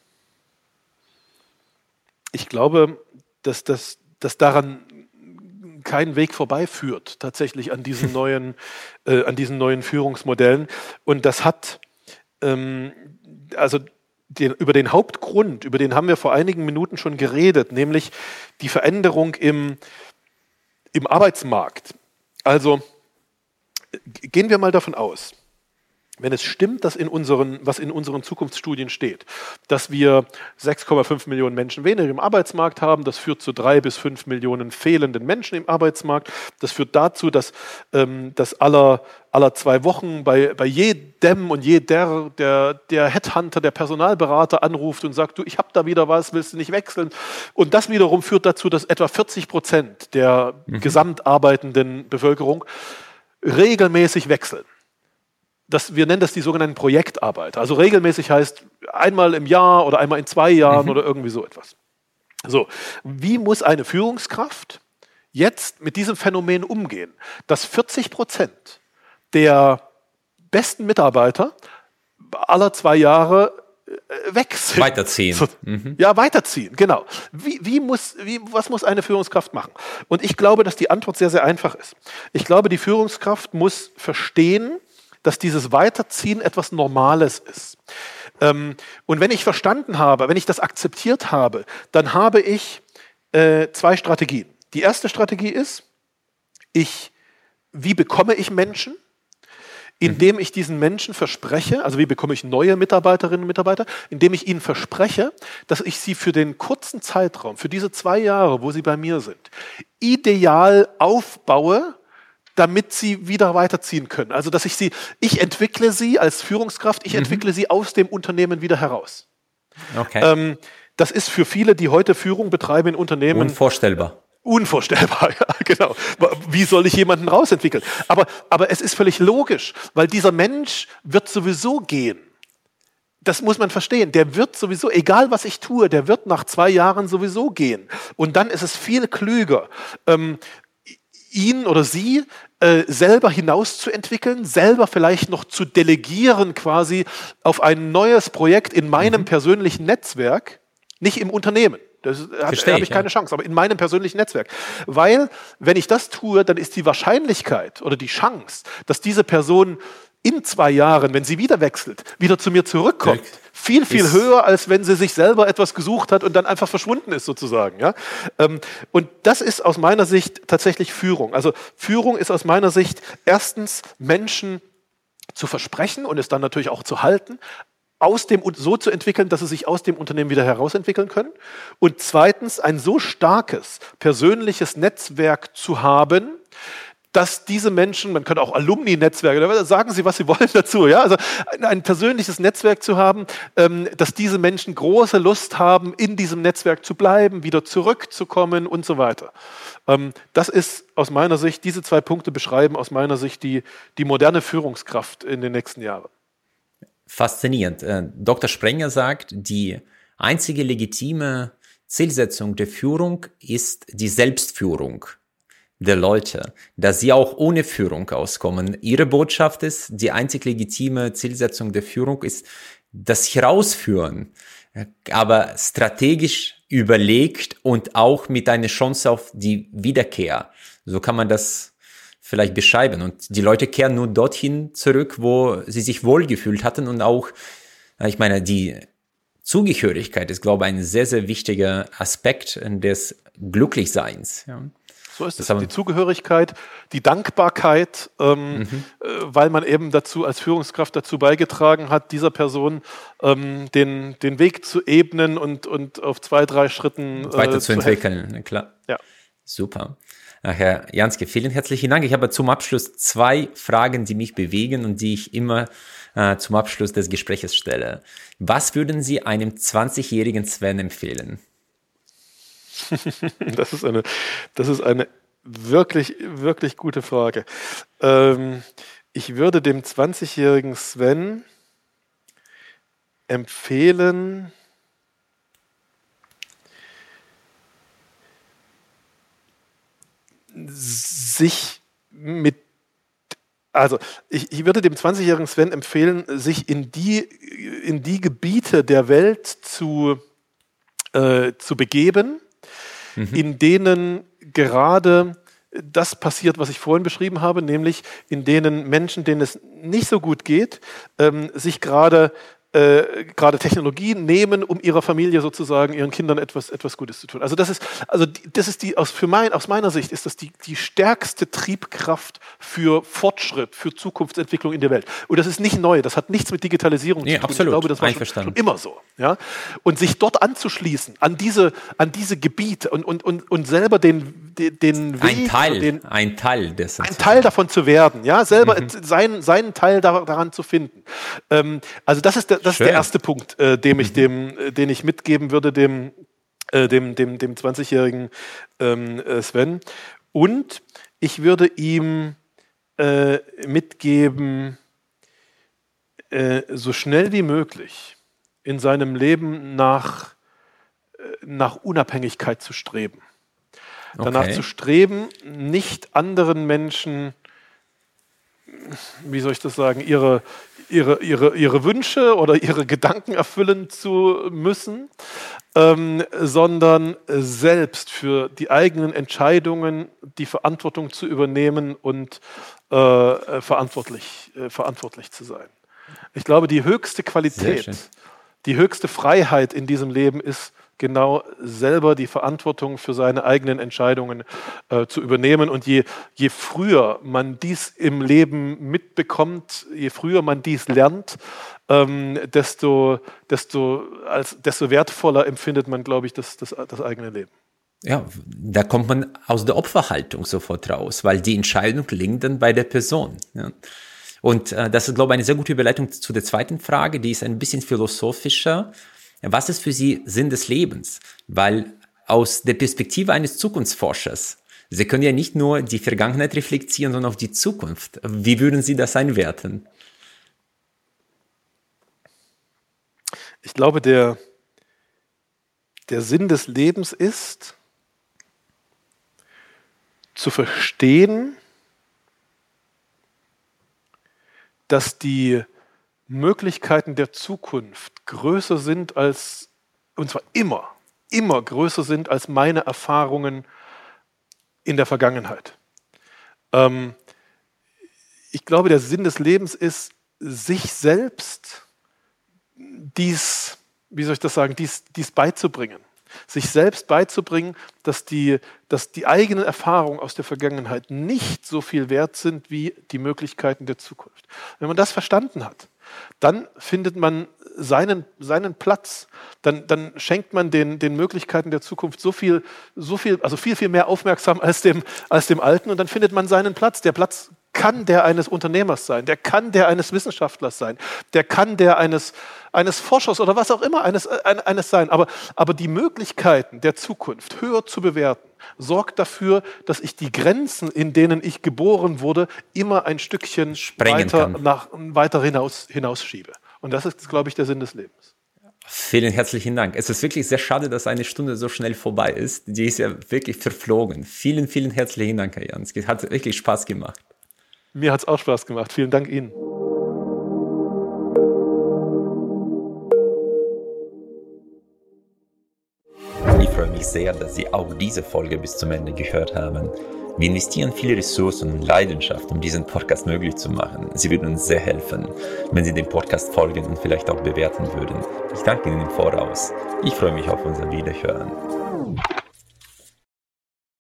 Ich glaube, dass, das, dass daran kein Weg vorbeiführt, tatsächlich an diesen neuen, äh, an diesen neuen Führungsmodellen. Und das hat, ähm, also Den, über den Hauptgrund, über den haben wir vor einigen Minuten schon geredet, nämlich die Veränderung im, im Arbeitsmarkt. Also gehen wir mal davon aus, wenn es stimmt, dass in unseren, was in unseren Zukunftsstudien steht, dass wir sechs Komma fünf Millionen Menschen weniger im Arbeitsmarkt haben, das führt zu drei bis fünf Millionen fehlenden Menschen im Arbeitsmarkt, das führt dazu, dass, ähm, dass aller, aller zwei Wochen bei, bei jedem und jeder der, der Headhunter, der Personalberater anruft und sagt, du, ich habe da wieder was, willst du nicht wechseln? Und das wiederum führt dazu, dass etwa vierzig Prozent der mhm. gesamt arbeitenden Bevölkerung regelmäßig wechseln. Das, wir nennen das die sogenannten Projektarbeiter. Also regelmäßig heißt einmal im Jahr oder einmal in zwei Jahren mhm. oder irgendwie so etwas. So, wie muss eine Führungskraft jetzt mit diesem Phänomen umgehen, dass vierzig Prozent der besten Mitarbeiter aller zwei Jahre wechseln? Weiterziehen. Mhm. Ja, weiterziehen, genau. Wie, wie muss, wie, was muss eine Führungskraft machen? Und ich glaube, dass die Antwort sehr, sehr einfach ist. Ich glaube, die Führungskraft muss verstehen, dass dieses Weiterziehen etwas Normales ist. Ähm, und wenn ich verstanden habe, wenn ich das akzeptiert habe, dann habe ich äh, zwei Strategien. Die erste Strategie ist, ich, wie bekomme ich Menschen? Indem ich diesen Menschen verspreche, also wie bekomme ich neue Mitarbeiterinnen und Mitarbeiter, indem ich ihnen verspreche, dass ich sie für den kurzen Zeitraum, für diese zwei Jahre, wo sie bei mir sind, ideal aufbaue, damit sie wieder weiterziehen können. Also dass ich sie, ich entwickle sie als Führungskraft, ich mhm. entwickle sie aus dem Unternehmen wieder heraus. Okay. Ähm, das ist für viele, die heute Führung betreiben in Unternehmen, unvorstellbar. Unvorstellbar, ja, genau. Wie soll ich jemanden rausentwickeln? Aber, aber es ist völlig logisch, weil dieser Mensch wird sowieso gehen. Das muss man verstehen. Der wird sowieso, egal was ich tue, der wird nach zwei Jahren sowieso gehen. Und dann ist es viel klüger, ähm, ihn oder sie äh, selber hinauszuentwickeln, selber vielleicht noch zu delegieren quasi auf ein neues Projekt in meinem mhm. persönlichen Netzwerk, nicht im Unternehmen. Das habe ich keine ja. Chance, aber in meinem persönlichen Netzwerk. Weil, wenn ich das tue, dann ist die Wahrscheinlichkeit oder die Chance, dass diese Person in zwei Jahren, wenn sie wieder wechselt, wieder zu mir zurückkommt, Dirk, viel, viel höher, als wenn sie sich selber etwas gesucht hat und dann einfach verschwunden ist sozusagen. Ja? Und das ist aus meiner Sicht tatsächlich Führung. Also Führung ist aus meiner Sicht erstens Menschen zu versprechen und es dann natürlich auch zu halten, aus dem, so zu entwickeln, dass sie sich aus dem Unternehmen wieder herausentwickeln können. Und zweitens, ein so starkes persönliches Netzwerk zu haben, dass diese Menschen, man könnte auch Alumni-Netzwerke, sagen Sie, was Sie wollen dazu, ja, also ein, ein persönliches Netzwerk zu haben, ähm, dass diese Menschen große Lust haben, in diesem Netzwerk zu bleiben, wieder zurückzukommen und so weiter. Ähm, das ist aus meiner Sicht, diese zwei Punkte beschreiben aus meiner Sicht die, die moderne Führungskraft in den nächsten Jahren. Faszinierend. Doktor Sprenger sagt, die einzige legitime Zielsetzung der Führung ist die Selbstführung der Leute, dass sie auch ohne Führung auskommen. Ihre Botschaft ist, die einzig legitime Zielsetzung der Führung ist das Herausführen, aber strategisch überlegt und auch mit einer Chance auf die Wiederkehr. So kann man das vielleicht beschreiben. Und die Leute kehren nur dorthin zurück, wo sie sich wohlgefühlt hatten. Und auch, ich meine, die Zugehörigkeit ist, glaube ich, ein sehr, sehr wichtiger Aspekt des Glücklichseins. Ja. So ist es. Die Zugehörigkeit, die Dankbarkeit, ähm, mhm. äh, weil man eben dazu als Führungskraft dazu beigetragen hat, dieser Person ähm, den, den Weg zu ebnen und, und auf zwei, drei Schritten äh, weiterzuentwickeln. Klar. Ja. Super. Herr Jansky, vielen herzlichen Dank. Ich habe zum Abschluss zwei Fragen, die mich bewegen und die ich immer äh, zum Abschluss des Gesprächs stelle. Was würden Sie einem zwanzigjährigen Sven empfehlen? Das ist eine, das ist eine wirklich, wirklich gute Frage. Ähm, ich würde dem zwanzigjährigen Sven empfehlen, sich mit, also ich, ich würde dem zwanzigjährigen Sven empfehlen, sich in die, in die Gebiete der Welt zu, äh, zu begeben, mhm. in denen gerade das passiert, was ich vorhin beschrieben habe, nämlich in denen Menschen, denen es nicht so gut geht, ähm, sich gerade Äh, gerade Technologien nehmen, um ihrer Familie sozusagen, ihren Kindern etwas, etwas Gutes zu tun. Also das ist, also die, das ist die, aus, für mein, aus meiner Sicht ist das die, die stärkste Triebkraft für Fortschritt, für Zukunftsentwicklung in der Welt. Und das ist nicht neu, das hat nichts mit Digitalisierung nee, zu tun. Absolut. Ich glaube, das war schon, schon immer so. Ja? Und sich dort anzuschließen, an diese, an diese Gebiete und, und, und, und selber den, den, den Weg, ein Teil, den, ein Teil dessen ein Teil davon zu werden, ja, selber mhm. seinen, seinen Teil da, daran zu finden. Ähm, also das ist der, Das Schön. ist der erste Punkt, äh, dem ich dem, äh, den ich mitgeben würde, dem, äh, dem, dem, dem zwanzigjährigen ähm, äh, Sven. Und ich würde ihm äh, mitgeben, äh, so schnell wie möglich in seinem Leben nach, äh, nach Unabhängigkeit zu streben. Okay. Danach zu streben, nicht anderen Menschen, wie soll ich das sagen, ihre Ihre, ihre, ihre Wünsche oder ihre Gedanken erfüllen zu müssen, ähm, sondern selbst für die eigenen Entscheidungen die Verantwortung zu übernehmen und äh, verantwortlich, äh, verantwortlich zu sein. Ich glaube, die höchste Qualität, die höchste Freiheit in diesem Leben ist, genau selber die Verantwortung für seine eigenen Entscheidungen äh, zu übernehmen. Und je, je früher man dies im Leben mitbekommt, je früher man dies lernt, ähm, desto, desto, als, desto wertvoller empfindet man, glaube ich, das, das, das eigene Leben. Ja, da kommt man aus der Opferhaltung sofort raus, weil die Entscheidung liegt dann bei der Person. Ja. Und äh, das ist, glaube ich, eine sehr gute Überleitung zu der zweiten Frage, die ist ein bisschen philosophischer. Was ist für Sie Sinn des Lebens? Weil aus der Perspektive eines Zukunftsforschers, Sie können ja nicht nur die Vergangenheit reflektieren, sondern auch die Zukunft. Wie würden Sie das einwerten? Ich glaube, der, der Sinn des Lebens ist, zu verstehen, dass die Möglichkeiten der Zukunft größer sind als, und zwar immer, immer größer sind als meine Erfahrungen in der Vergangenheit. Ähm, ich glaube, der Sinn des Lebens ist, sich selbst dies, wie soll ich das sagen, dies, dies beizubringen. Sich selbst beizubringen, dass die, dass die eigenen Erfahrungen aus der Vergangenheit nicht so viel wert sind wie die Möglichkeiten der Zukunft. Wenn man das verstanden hat, dann findet man seinen, seinen Platz, dann, dann schenkt man den, den Möglichkeiten der Zukunft so viel, so viel, also viel, viel mehr aufmerksam als dem, als dem Alten, und dann findet man seinen Platz. Der Platz kann der eines Unternehmers sein, der kann der eines Wissenschaftlers sein, der kann der eines, eines Forschers oder was auch immer eines, eines sein. Aber, aber die Möglichkeiten der Zukunft höher zu bewerten, sorgt dafür, dass ich die Grenzen, in denen ich geboren wurde, immer ein Stückchen Sprengen weiter, kann. nach, weiter hinaus, hinausschiebe. Und das ist, glaube ich, der Sinn des Lebens. Vielen herzlichen Dank. Es ist wirklich sehr schade, dass eine Stunde so schnell vorbei ist. Die ist ja wirklich verflogen. Vielen, vielen herzlichen Dank, Herr Jansky. Hat wirklich Spaß gemacht. Mir hat es auch Spaß gemacht. Vielen Dank Ihnen. Ich freue mich sehr, dass Sie auch diese Folge bis zum Ende gehört haben. Wir investieren viele Ressourcen und Leidenschaft, um diesen Podcast möglich zu machen. Sie würden uns sehr helfen, wenn Sie dem Podcast folgen und vielleicht auch bewerten würden. Ich danke Ihnen im Voraus. Ich freue mich auf unser Wiederhören.